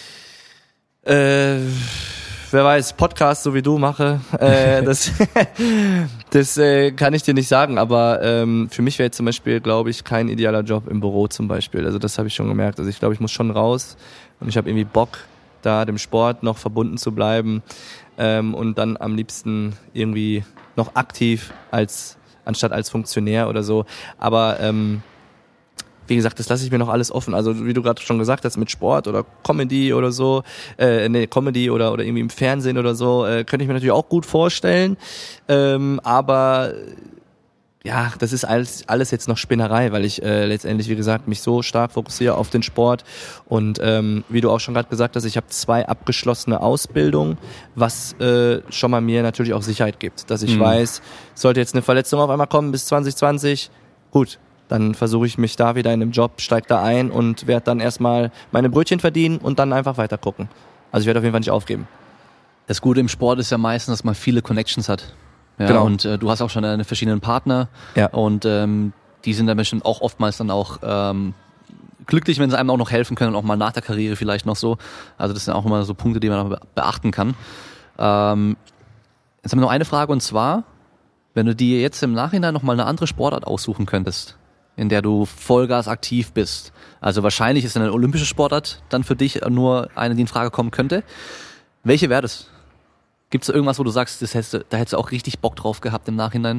Äh, wer weiß, Podcast so wie du mache, äh, das, das äh, kann ich dir nicht sagen, aber ähm, für mich wäre jetzt zum Beispiel, glaube ich, kein idealer Job im Büro zum Beispiel, also das habe ich schon gemerkt, also ich glaube, ich muss schon raus und ich habe irgendwie Bock, da dem Sport noch verbunden zu bleiben ähm, und dann am liebsten irgendwie noch aktiv als anstatt als Funktionär oder so, aber ähm, wie gesagt, das lasse ich mir noch alles offen. Also wie du gerade schon gesagt hast, mit Sport oder Comedy oder so, äh, nee, Comedy oder oder irgendwie im Fernsehen oder so, äh, könnte ich mir natürlich auch gut vorstellen. Ähm, aber ja, das ist alles, alles jetzt noch Spinnerei, weil ich äh, letztendlich, wie gesagt, mich so stark fokussiere auf den Sport. Und ähm, wie du auch schon gerade gesagt hast, ich habe zwei abgeschlossene Ausbildungen, was äh, schon mal mir natürlich auch Sicherheit gibt. Dass ich mhm. weiß, sollte jetzt eine Verletzung auf einmal kommen bis zwanzig zwanzig, gut, dann versuche ich mich da wieder in einem Job, steige da ein und werde dann erstmal meine Brötchen verdienen und dann einfach weiter gucken. Also ich werde auf jeden Fall nicht aufgeben. Das Gute im Sport ist ja meistens, dass man viele Connections hat. Ja, genau. Und äh, du hast auch schon deine verschiedenen Partner. Ja. Und ähm, die sind dann bestimmt auch oftmals dann auch ähm, glücklich, wenn sie einem auch noch helfen können und auch mal nach der Karriere vielleicht noch so. Also das sind auch immer so Punkte, die man beachten kann. Ähm, jetzt haben wir noch eine Frage und zwar, wenn du dir jetzt im Nachhinein noch mal eine andere Sportart aussuchen könntest, in der du Vollgas aktiv bist. Also wahrscheinlich ist eine olympische Sportart dann für dich nur eine, die in Frage kommen könnte. Welche wäre das? Gibt es irgendwas, wo du sagst, das hättest du, da hättest du auch richtig Bock drauf gehabt im Nachhinein?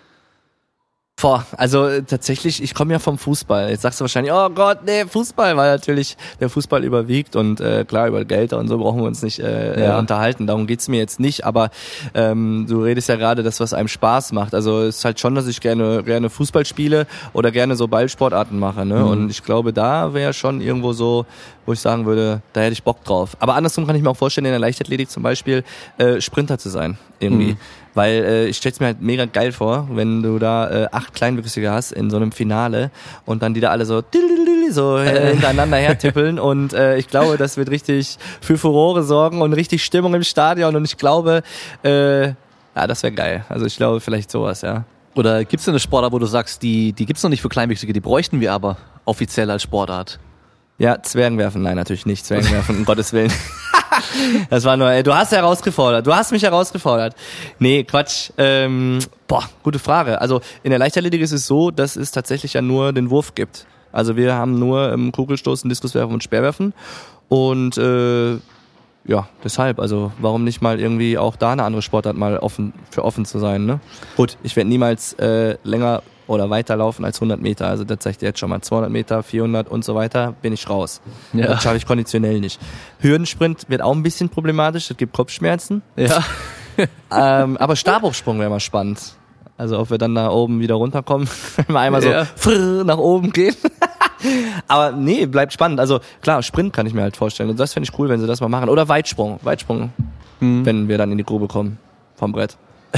Boah, also äh, tatsächlich, ich komme ja vom Fußball. Jetzt sagst du wahrscheinlich, oh Gott, nee, Fußball, weil natürlich der Fußball überwiegt und äh, klar, über Gelder und so brauchen wir uns nicht äh, ja. äh, unterhalten. Darum geht's mir jetzt nicht, aber ähm, du redest ja gerade das, was einem Spaß macht. Also es ist halt schon, dass ich gerne gerne Fußball spiele oder gerne so Ballsportarten mache. Ne? Mhm. Und ich glaube, da wäre schon irgendwo so, wo ich sagen würde, da hätte ich Bock drauf. Aber andersrum kann ich mir auch vorstellen, in der Leichtathletik zum Beispiel äh, Sprinter zu sein, irgendwie. Mhm. Weil äh, ich stell's mir halt mega geil vor, wenn du da äh, acht Kleinwüchsige hast in so einem Finale und dann die da alle so so äh, hintereinander hertippeln und äh, ich glaube, das wird richtig für Furore sorgen und richtig Stimmung im Stadion und ich glaube, äh, ja, das wäre geil. Also ich glaube vielleicht sowas, ja. Oder gibt's denn eine Sportart, wo du sagst, die die gibt's noch nicht für Kleinwüchsige, die bräuchten wir aber offiziell als Sportart? Ja, Zwergenwerfen, nein, natürlich nicht. Zwergenwerfen, um Gottes Willen. Das war nur, ey, du hast herausgefordert, du hast mich herausgefordert. Nee, Quatsch. Ähm, boah, gute Frage. Also in der Leichtathletik ist es so, dass es tatsächlich ja nur den Wurf gibt. Also wir haben nur ähm, Kugelstoßen, Diskuswerfen und Speerwerfen. Und äh, ja, deshalb, also warum nicht mal irgendwie auch da eine andere Sportart mal offen für offen zu sein, ne? Gut, ich werde niemals äh, länger oder weiterlaufen als hundert Meter, also das zeigt jetzt schon mal zweihundert Meter, vierhundert und so weiter, bin ich raus. Ja. Das schaffe ich konditionell nicht. Hürdensprint wird auch ein bisschen problematisch, das gibt Kopfschmerzen. Ja. ähm, aber Stabhochsprung wäre mal spannend. Also ob wir dann da oben wieder runterkommen, wenn wir einmal ja. so frrr, nach oben gehen. Aber nee, bleibt spannend. Also klar, Sprint kann ich mir halt vorstellen. Und das fände ich cool, wenn sie das mal machen. Oder Weitsprung, Weitsprung, hm. wenn wir dann in die Grube kommen vom Brett.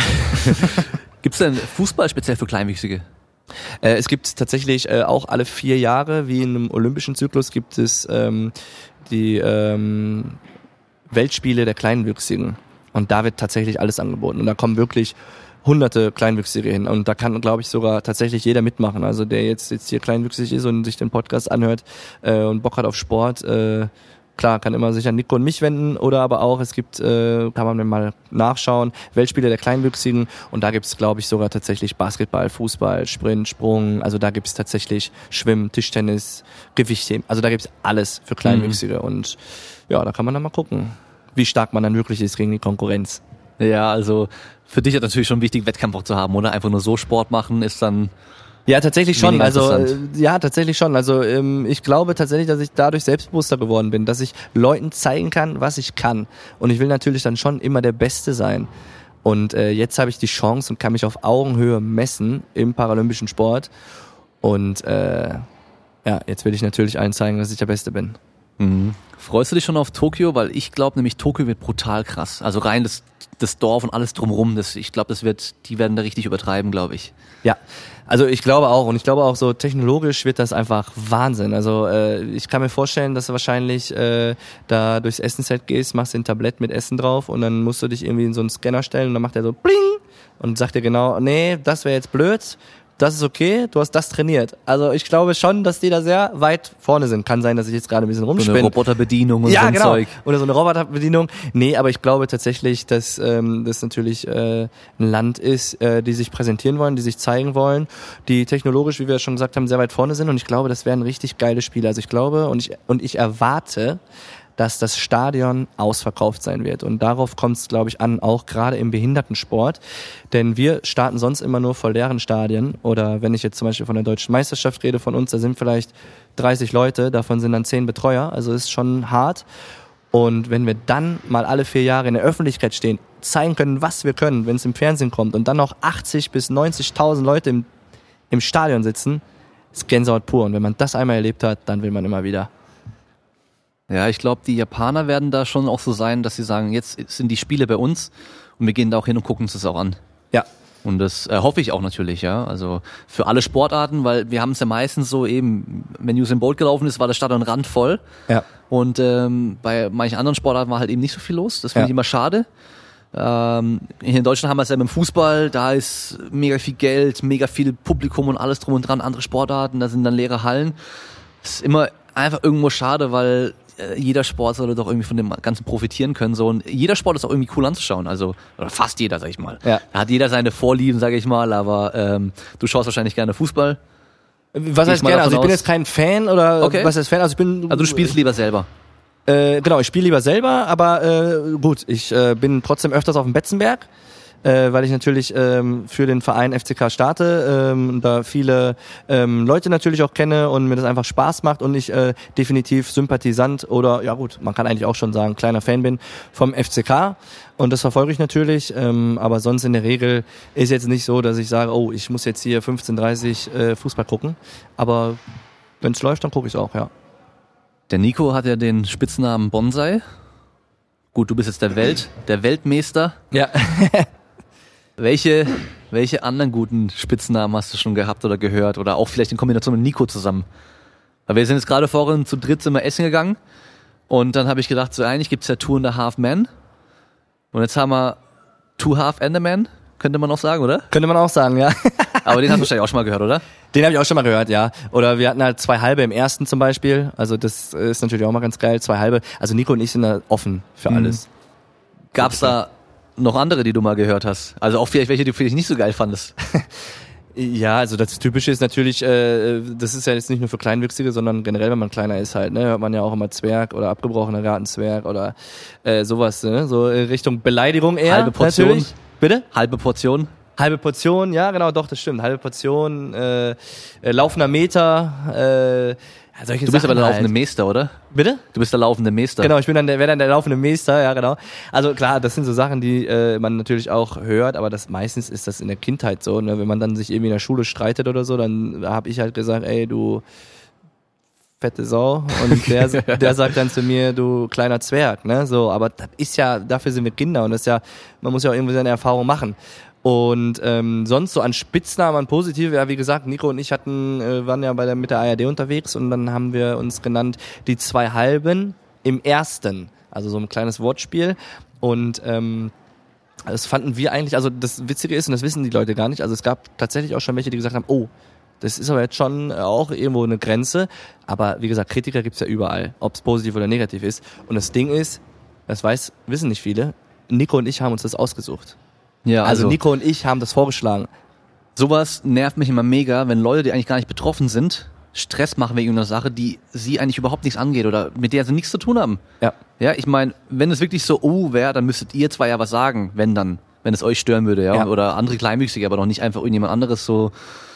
Gibt's denn Fußball speziell für Kleinwüchsige? Äh, es gibt tatsächlich äh, auch alle vier Jahre, wie in einem olympischen Zyklus, gibt es ähm, die ähm, Weltspiele der Kleinwüchsigen. Und da wird tatsächlich alles angeboten. Und da kommen wirklich hunderte Kleinwüchsige hin. Und da kann, glaube ich, sogar tatsächlich jeder mitmachen. Also der jetzt, jetzt hier kleinwüchsig ist und sich den Podcast anhört äh, und Bock hat auf Sport, äh, klar, kann immer sich an Nico und mich wenden oder aber auch, es gibt, äh, kann man mal nachschauen, Weltspiele der Kleinwüchsigen und da gibt's, glaube ich, sogar tatsächlich Basketball, Fußball, Sprint, Sprung, also da gibt's tatsächlich Schwimmen, Tischtennis, Gewichtheben, also da gibt's alles für Kleinwüchsige mhm. und ja, da kann man dann mal gucken, wie stark man dann wirklich ist gegen die Konkurrenz. Ja, also für dich ist natürlich schon wichtig, Wettkampf auch zu haben, oder? Einfach nur so Sport machen ist dann... Ja, tatsächlich schon. Also äh, ja, tatsächlich schon. Also ähm, ich glaube tatsächlich, dass ich dadurch selbstbewusster geworden bin, dass ich Leuten zeigen kann, was ich kann. Und ich will natürlich dann schon immer der Beste sein. Und äh, jetzt habe ich die Chance und kann mich auf Augenhöhe messen im paralympischen Sport. Und äh, ja, jetzt will ich natürlich allen zeigen, dass ich der Beste bin. Mhm. Freust du dich schon auf Tokio? Weil ich glaube nämlich, Tokio wird brutal krass. Also rein das, das Dorf und alles drumherum. Das, ich glaube, das wird, die werden da richtig übertreiben, glaube ich. Ja, also ich glaube auch und ich glaube auch so technologisch wird das einfach Wahnsinn. Also äh, ich kann mir vorstellen, dass du wahrscheinlich äh, da durchs Essenszelt gehst, machst ein Tablett mit Essen drauf und dann musst du dich irgendwie in so einen Scanner stellen und dann macht er so bling und sagt dir genau, nee, das wäre jetzt blöd. Das ist okay, du hast das trainiert. Also ich glaube schon, dass die da sehr weit vorne sind. Kann sein, dass ich jetzt gerade ein bisschen rumspinne. So eine Roboterbedienung und ja, so ein genau. Zeug. Oder so eine Roboterbedienung. Nee, aber ich glaube tatsächlich, dass ähm, das natürlich äh, ein Land ist, äh, die sich präsentieren wollen, die sich zeigen wollen, die technologisch, wie wir schon gesagt haben, sehr weit vorne sind. Und ich glaube, das wären richtig geile Spiele. Also ich glaube und ich und ich erwarte, dass das Stadion ausverkauft sein wird. Und darauf kommt es, glaube ich, an, auch gerade im Behindertensport. Denn wir starten sonst immer nur vor leeren Stadien. Oder wenn ich jetzt zum Beispiel von der Deutschen Meisterschaft rede von uns, da sind vielleicht dreißig Leute, davon sind dann zehn Betreuer. Also ist schon hart. Und wenn wir dann mal alle vier Jahre in der Öffentlichkeit stehen, zeigen können, was wir können, wenn es im Fernsehen kommt und dann noch achtzig bis neunzigtausend Leute im, im Stadion sitzen, ist Gänsehaut pur. Und wenn man das einmal erlebt hat, dann will man immer wieder. Ja, ich glaube, die Japaner werden da schon auch so sein, dass sie sagen, jetzt sind die Spiele bei uns und wir gehen da auch hin und gucken uns das auch an. Ja. Und das äh, hoffe ich auch natürlich, ja. Also für alle Sportarten, weil wir haben es ja meistens so eben, wenn Usain Bolt gelaufen ist, war das Stadion randvoll. Ja. Und ähm, bei manchen anderen Sportarten war halt eben nicht so viel los. Das finde ja. ich immer schade. Ähm, hier in Deutschland haben wir es ja mit dem Fußball, da ist mega viel Geld, mega viel Publikum und alles drum und dran. Andere Sportarten, da sind dann leere Hallen. Das ist immer einfach irgendwo schade, weil jeder Sport sollte doch irgendwie von dem Ganzen profitieren können. So. Und jeder Sport ist auch irgendwie cool anzuschauen. Also, oder fast jeder, sag ich mal. Ja. Da hat jeder seine Vorlieben, sag ich mal, aber ähm, du schaust wahrscheinlich gerne Fußball. Was heißt gerne? Also ich bin aus. jetzt kein Fan oder okay. was heißt Fan? Also ich bin. Also du spielst lieber selber. Äh, genau, ich spiele lieber selber, aber äh, gut, ich äh, bin trotzdem öfters auf dem Betzenberg. Äh, weil ich natürlich ähm, für den Verein F C K starte, ähm, da viele ähm, Leute natürlich auch kenne und mir das einfach Spaß macht und ich äh, definitiv Sympathisant oder, ja gut, man kann eigentlich auch schon sagen, kleiner Fan bin vom F C K und das verfolge ich natürlich, ähm, aber sonst in der Regel ist jetzt nicht so, dass ich sage, oh, ich muss jetzt hier fünfzehn dreißig äh, Fußball gucken, aber wenn es läuft, dann gucke ich es auch, ja. Der Nico hat ja den Spitznamen Bonsai. Gut, du bist jetzt der Welt, der Weltmeister. Ja. Welche, welche anderen guten Spitznamen hast du schon gehabt oder gehört? Oder auch vielleicht in Kombination mit Nico zusammen? Weil wir sind jetzt gerade vorhin zu dritt sind wir essen gegangen. Und dann habe ich gedacht, so eigentlich gibt's ja Two and a Half Men. Und jetzt haben wir Two Half and a Man. Könnte man auch sagen, oder? Könnte man auch sagen, ja. Aber den hast du wahrscheinlich auch schon mal gehört, oder? Den habe ich auch schon mal gehört, ja. Oder wir hatten halt zwei halbe im ersten zum Beispiel. Also das ist natürlich auch mal ganz geil, zwei halbe. Also Nico und ich sind da offen für alles. Mhm. Gab's da noch andere, die du mal gehört hast? Also auch vielleicht welche, die du vielleicht nicht so geil fandest? Ja, also das Typische ist natürlich, äh, das ist ja jetzt nicht nur für Kleinwüchsige, sondern generell, wenn man kleiner ist halt, ne, hört man ja auch immer Zwerg oder abgebrochener Gartenzwerg oder äh, sowas, ne, so Richtung Beleidigung eher. Halbe Portion. Natürlich. Bitte? Halbe Portion. Halbe Portion, ja genau, doch, das stimmt. Halbe Portion, äh, äh, laufender Meter, äh, ja, solche Du bist Sachen aber der halt. laufende Meister, oder? Bitte? Du bist der laufende Meister. Genau, ich bin dann der, wäre dann der laufende Meister, ja genau. Also klar, das sind so Sachen, die äh, man natürlich auch hört, aber das meistens ist das in der Kindheit so, ne? Wenn man dann sich irgendwie in der Schule streitet oder so, dann habe ich halt gesagt, ey, du fette Sau, und der, der sagt dann zu mir, du kleiner Zwerg, ne? So, aber das ist ja, dafür sind wir Kinder und das ist ja, man muss ja auch irgendwie seine Erfahrung machen. Und ähm, sonst so an Spitznamen, an positive, ja wie gesagt, Nico und ich hatten, äh, waren ja bei der, mit der A R D unterwegs und dann haben wir uns genannt die zwei Halben im ersten, also so ein kleines Wortspiel und ähm, das fanden wir eigentlich, also das Witzige ist, und das wissen die Leute gar nicht, also es gab tatsächlich auch schon welche, die gesagt haben, oh, Das ist aber jetzt schon auch irgendwo eine Grenze. Aber wie gesagt, Kritiker gibt's ja überall, ob es positiv oder negativ ist. Und das Ding ist, das weiß, wissen nicht viele, Nico und ich haben uns das ausgesucht. Ja, also, also Nico und ich haben das vorgeschlagen. Sowas nervt mich immer mega, wenn Leute, die eigentlich gar nicht betroffen sind, Stress machen wegen irgendeiner Sache, die sie eigentlich überhaupt nichts angeht oder mit der sie nichts zu tun haben. Ja. Ja, ich meine, wenn es wirklich so, oh, wäre, dann müsstet ihr zwei ja was sagen, wenn dann, wenn es euch stören würde, ja, ja. oder andere Kleinwüchsige, aber noch nicht einfach irgendjemand anderes so,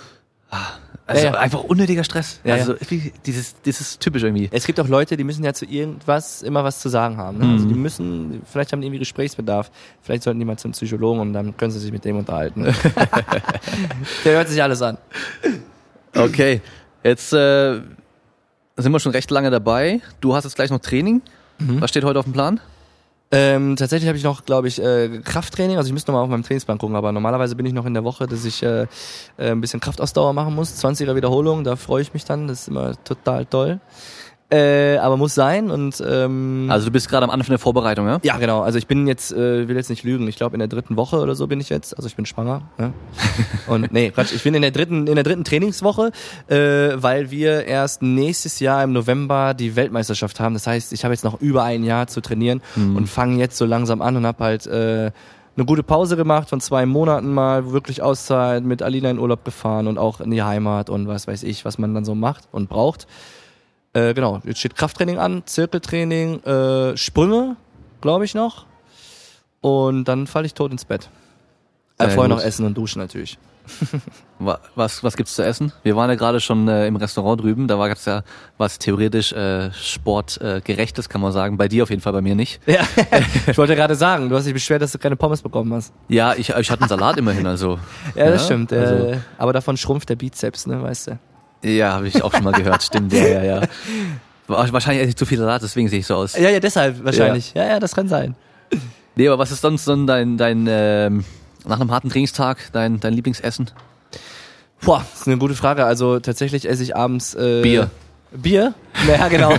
also ja, ja. einfach unnötiger Stress. Ja, also ja. dieses, das ist typisch irgendwie. Es gibt auch Leute, die müssen ja zu irgendwas immer was zu sagen haben. Ne? Mhm. Also die müssen, vielleicht haben die irgendwie Gesprächsbedarf, vielleicht sollten die mal zum Psychologen und dann können sie sich mit dem unterhalten. Der hört sich alles an. Okay, jetzt äh, sind wir schon recht lange dabei. Du hast jetzt gleich noch Training. Mhm. Was steht heute auf dem Plan? Ähm, tatsächlich habe ich noch, glaube ich, äh, Krafttraining. Also ich müsste noch mal auf meinem Trainingsplan gucken, aber normalerweise bin ich noch in der Woche, dass ich äh, äh, ein bisschen Kraftausdauer machen muss. zwanziger Wiederholung, da freue ich mich dann. Das ist immer total toll. Äh, aber muss sein und ähm, also du bist gerade am Anfang der Vorbereitung, ja? Ja, genau. Also ich bin jetzt, äh, will jetzt nicht lügen, ich glaube in der dritten Woche oder so bin ich jetzt. Also ich bin schwanger. Ne? Und nee, Quatsch, ich bin in der dritten, in der dritten Trainingswoche, äh, weil wir erst nächstes Jahr im November die Weltmeisterschaft haben. Das heißt, ich habe jetzt noch über ein Jahr zu trainieren mhm. und fange jetzt so langsam an und habe halt äh, eine gute Pause gemacht von zwei Monaten mal, wirklich Auszeit, mit Alina in Urlaub gefahren und auch in die Heimat und was weiß ich, was man dann so macht und braucht. Äh, genau, jetzt steht Krafttraining an, Zirkeltraining, äh, Sprünge, glaube ich noch. Und dann falle ich tot ins Bett. Äh, vorher noch essen und duschen natürlich. Was, was gibt's zu essen? Wir waren ja gerade schon äh, im Restaurant drüben, da war gab's ja was theoretisch äh, sportgerechtes, äh, kann man sagen. Bei dir auf jeden Fall, bei mir nicht. Ja, ich wollte gerade sagen, du hast dich beschwert, dass du keine Pommes bekommen hast. Ja, ich, ich hatte einen Salat immerhin, also. Ja, das ja, stimmt. Also. Äh, aber davon schrumpft der Bizeps, ne, weißt du. Ja, habe ich auch schon mal gehört, stimmt, ja, ja, ja. Wahrscheinlich esse ich zu viel Salat, deswegen sehe ich so aus. Ja, ja, deshalb wahrscheinlich. Ja, ja, ja das kann sein. Nee, aber was ist sonst dann dein, dein ähm, nach einem harten Trainingstag, dein, dein Lieblingsessen? Boah, das ist eine gute Frage. Also tatsächlich esse ich abends äh, Bier. Bier? Naja, genau.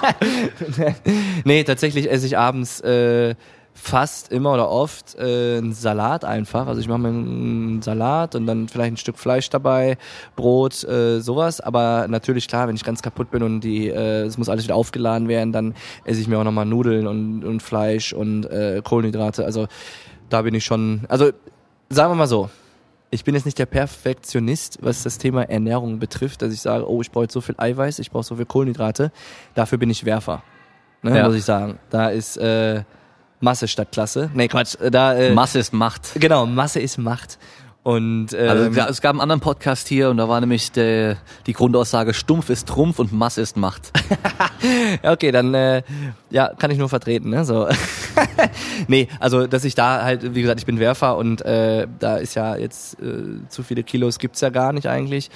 Nee, tatsächlich esse ich abends äh, fast immer oder oft äh, einen Salat einfach. Also ich mache mir einen Salat und dann vielleicht ein Stück Fleisch dabei, Brot, äh, sowas. Aber natürlich klar, wenn ich ganz kaputt bin und die, äh, es muss alles wieder aufgeladen werden, dann esse ich mir auch nochmal Nudeln und, und Fleisch und äh, Kohlenhydrate. Also da bin ich schon, also sagen wir mal so, ich bin jetzt nicht der Perfektionist, was das Thema Ernährung betrifft, dass ich sage, oh, ich brauche jetzt so viel Eiweiß, ich brauche so viel Kohlenhydrate. Dafür bin ich Werfer, ne, ja. muss ich sagen. Da ist äh, Masse statt Klasse. Nee, Quatsch. Da, äh, Masse ist Macht. Genau, Masse ist Macht. Und, ähm, also ja, es gab einen anderen Podcast hier und da war nämlich der, die Grundaussage, Stumpf ist Trumpf und Masse ist Macht. Okay, dann äh, ja, kann ich nur vertreten. Ne? So. Nee, also dass ich da halt, wie gesagt, ich bin Werfer und äh, da ist ja jetzt äh, zu viele Kilos gibt's ja gar nicht eigentlich.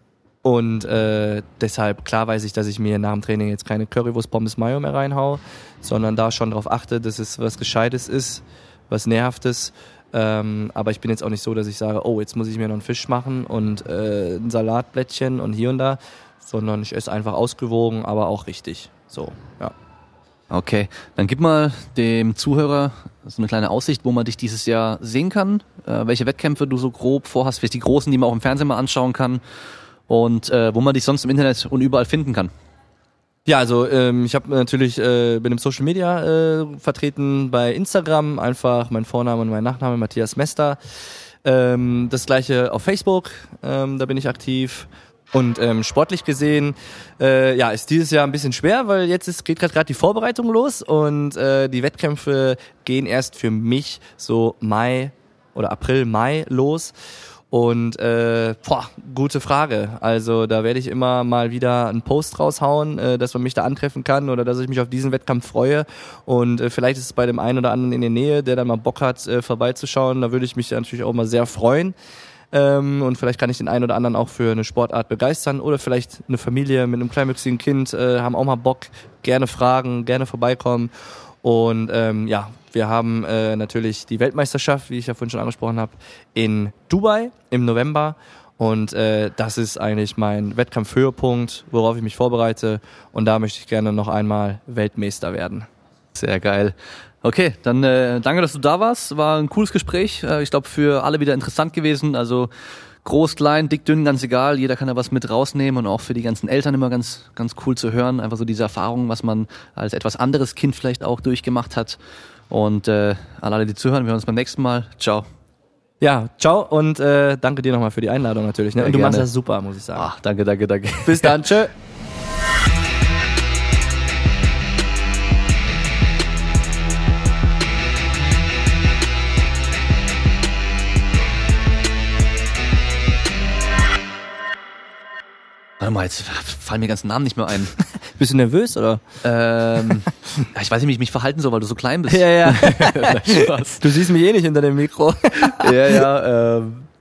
Und äh, deshalb, klar weiß ich, dass ich mir nach dem Training jetzt keine Currywurst Pommes Mayo mehr reinhau, sondern da schon drauf achte, dass es was Gescheites ist, was Nährhaftes. Ähm, aber ich bin jetzt auch nicht so, dass ich sage, oh, jetzt muss ich mir noch einen Fisch machen und äh, ein Salatblättchen und hier und da, sondern ich esse einfach ausgewogen, aber auch richtig. So, ja. Okay, dann gib mal dem Zuhörer so eine kleine Aussicht, wo man dich dieses Jahr sehen kann, äh, welche Wettkämpfe du so grob vorhast, vielleicht die großen, die man auch im Fernsehen mal anschauen kann. Und äh, wo man dich sonst im Internet und überall finden kann. Ja, also ähm, ich habe natürlich äh, bin im Social Media äh, vertreten bei Instagram, einfach mein Vorname und mein Nachname Matthias Mester. Ähm, das gleiche auf Facebook, ähm, da bin ich aktiv. Und ähm, sportlich gesehen, äh, ja, ist dieses Jahr ein bisschen schwer, weil jetzt ist, geht gerade die Vorbereitung los und äh, die Wettkämpfe gehen erst für mich so Mai oder April, Mai los. Und äh, boah, gute Frage. Also da werde ich immer mal wieder einen Post raushauen, äh, dass man mich da antreffen kann oder dass ich mich auf diesen Wettkampf freue. Und äh, vielleicht ist es bei dem einen oder anderen in der Nähe, der dann mal Bock hat, äh, vorbeizuschauen. Da würde ich mich natürlich auch mal sehr freuen. Ähm, und vielleicht kann ich den einen oder anderen auch für eine Sportart begeistern. Oder vielleicht eine Familie mit einem kleinwüchsigen Kind äh, haben auch mal Bock, gerne fragen, gerne vorbeikommen. Und ähm, ja, wir haben äh, natürlich die Weltmeisterschaft, wie ich ja vorhin schon angesprochen habe, in Dubai im November. Und äh, das ist eigentlich mein Wettkampfhöhepunkt, worauf ich mich vorbereite. Und da möchte ich gerne noch einmal Weltmeister werden. Sehr geil. Okay, dann äh, danke, dass du da warst. War ein cooles Gespräch. Äh, ich glaube, für alle wieder interessant gewesen. Also groß, klein, dick, dünn, ganz egal. Jeder kann da was mit rausnehmen und auch für die ganzen Eltern immer ganz, ganz cool zu hören. Einfach so diese Erfahrung, was man als etwas anderes Kind vielleicht auch durchgemacht hat. Und äh, an alle, die zuhören, wir hören uns beim nächsten Mal. Ciao. Ja, ciao und äh, danke dir nochmal für die Einladung natürlich. Ne? Ja, und du gerne. machst das super, muss ich sagen. Ach, danke, danke, danke. Bis dann, tschö. Warte mal, jetzt fallen mir die ganzen Namen nicht mehr ein. Bist du nervös, oder? ähm, ja, ich weiß nicht, wie ich mich verhalten soll, weil du so klein bist. Ja, ja. Spaß. Du siehst mich eh nicht hinter dem Mikro. Ja, ja, ähm,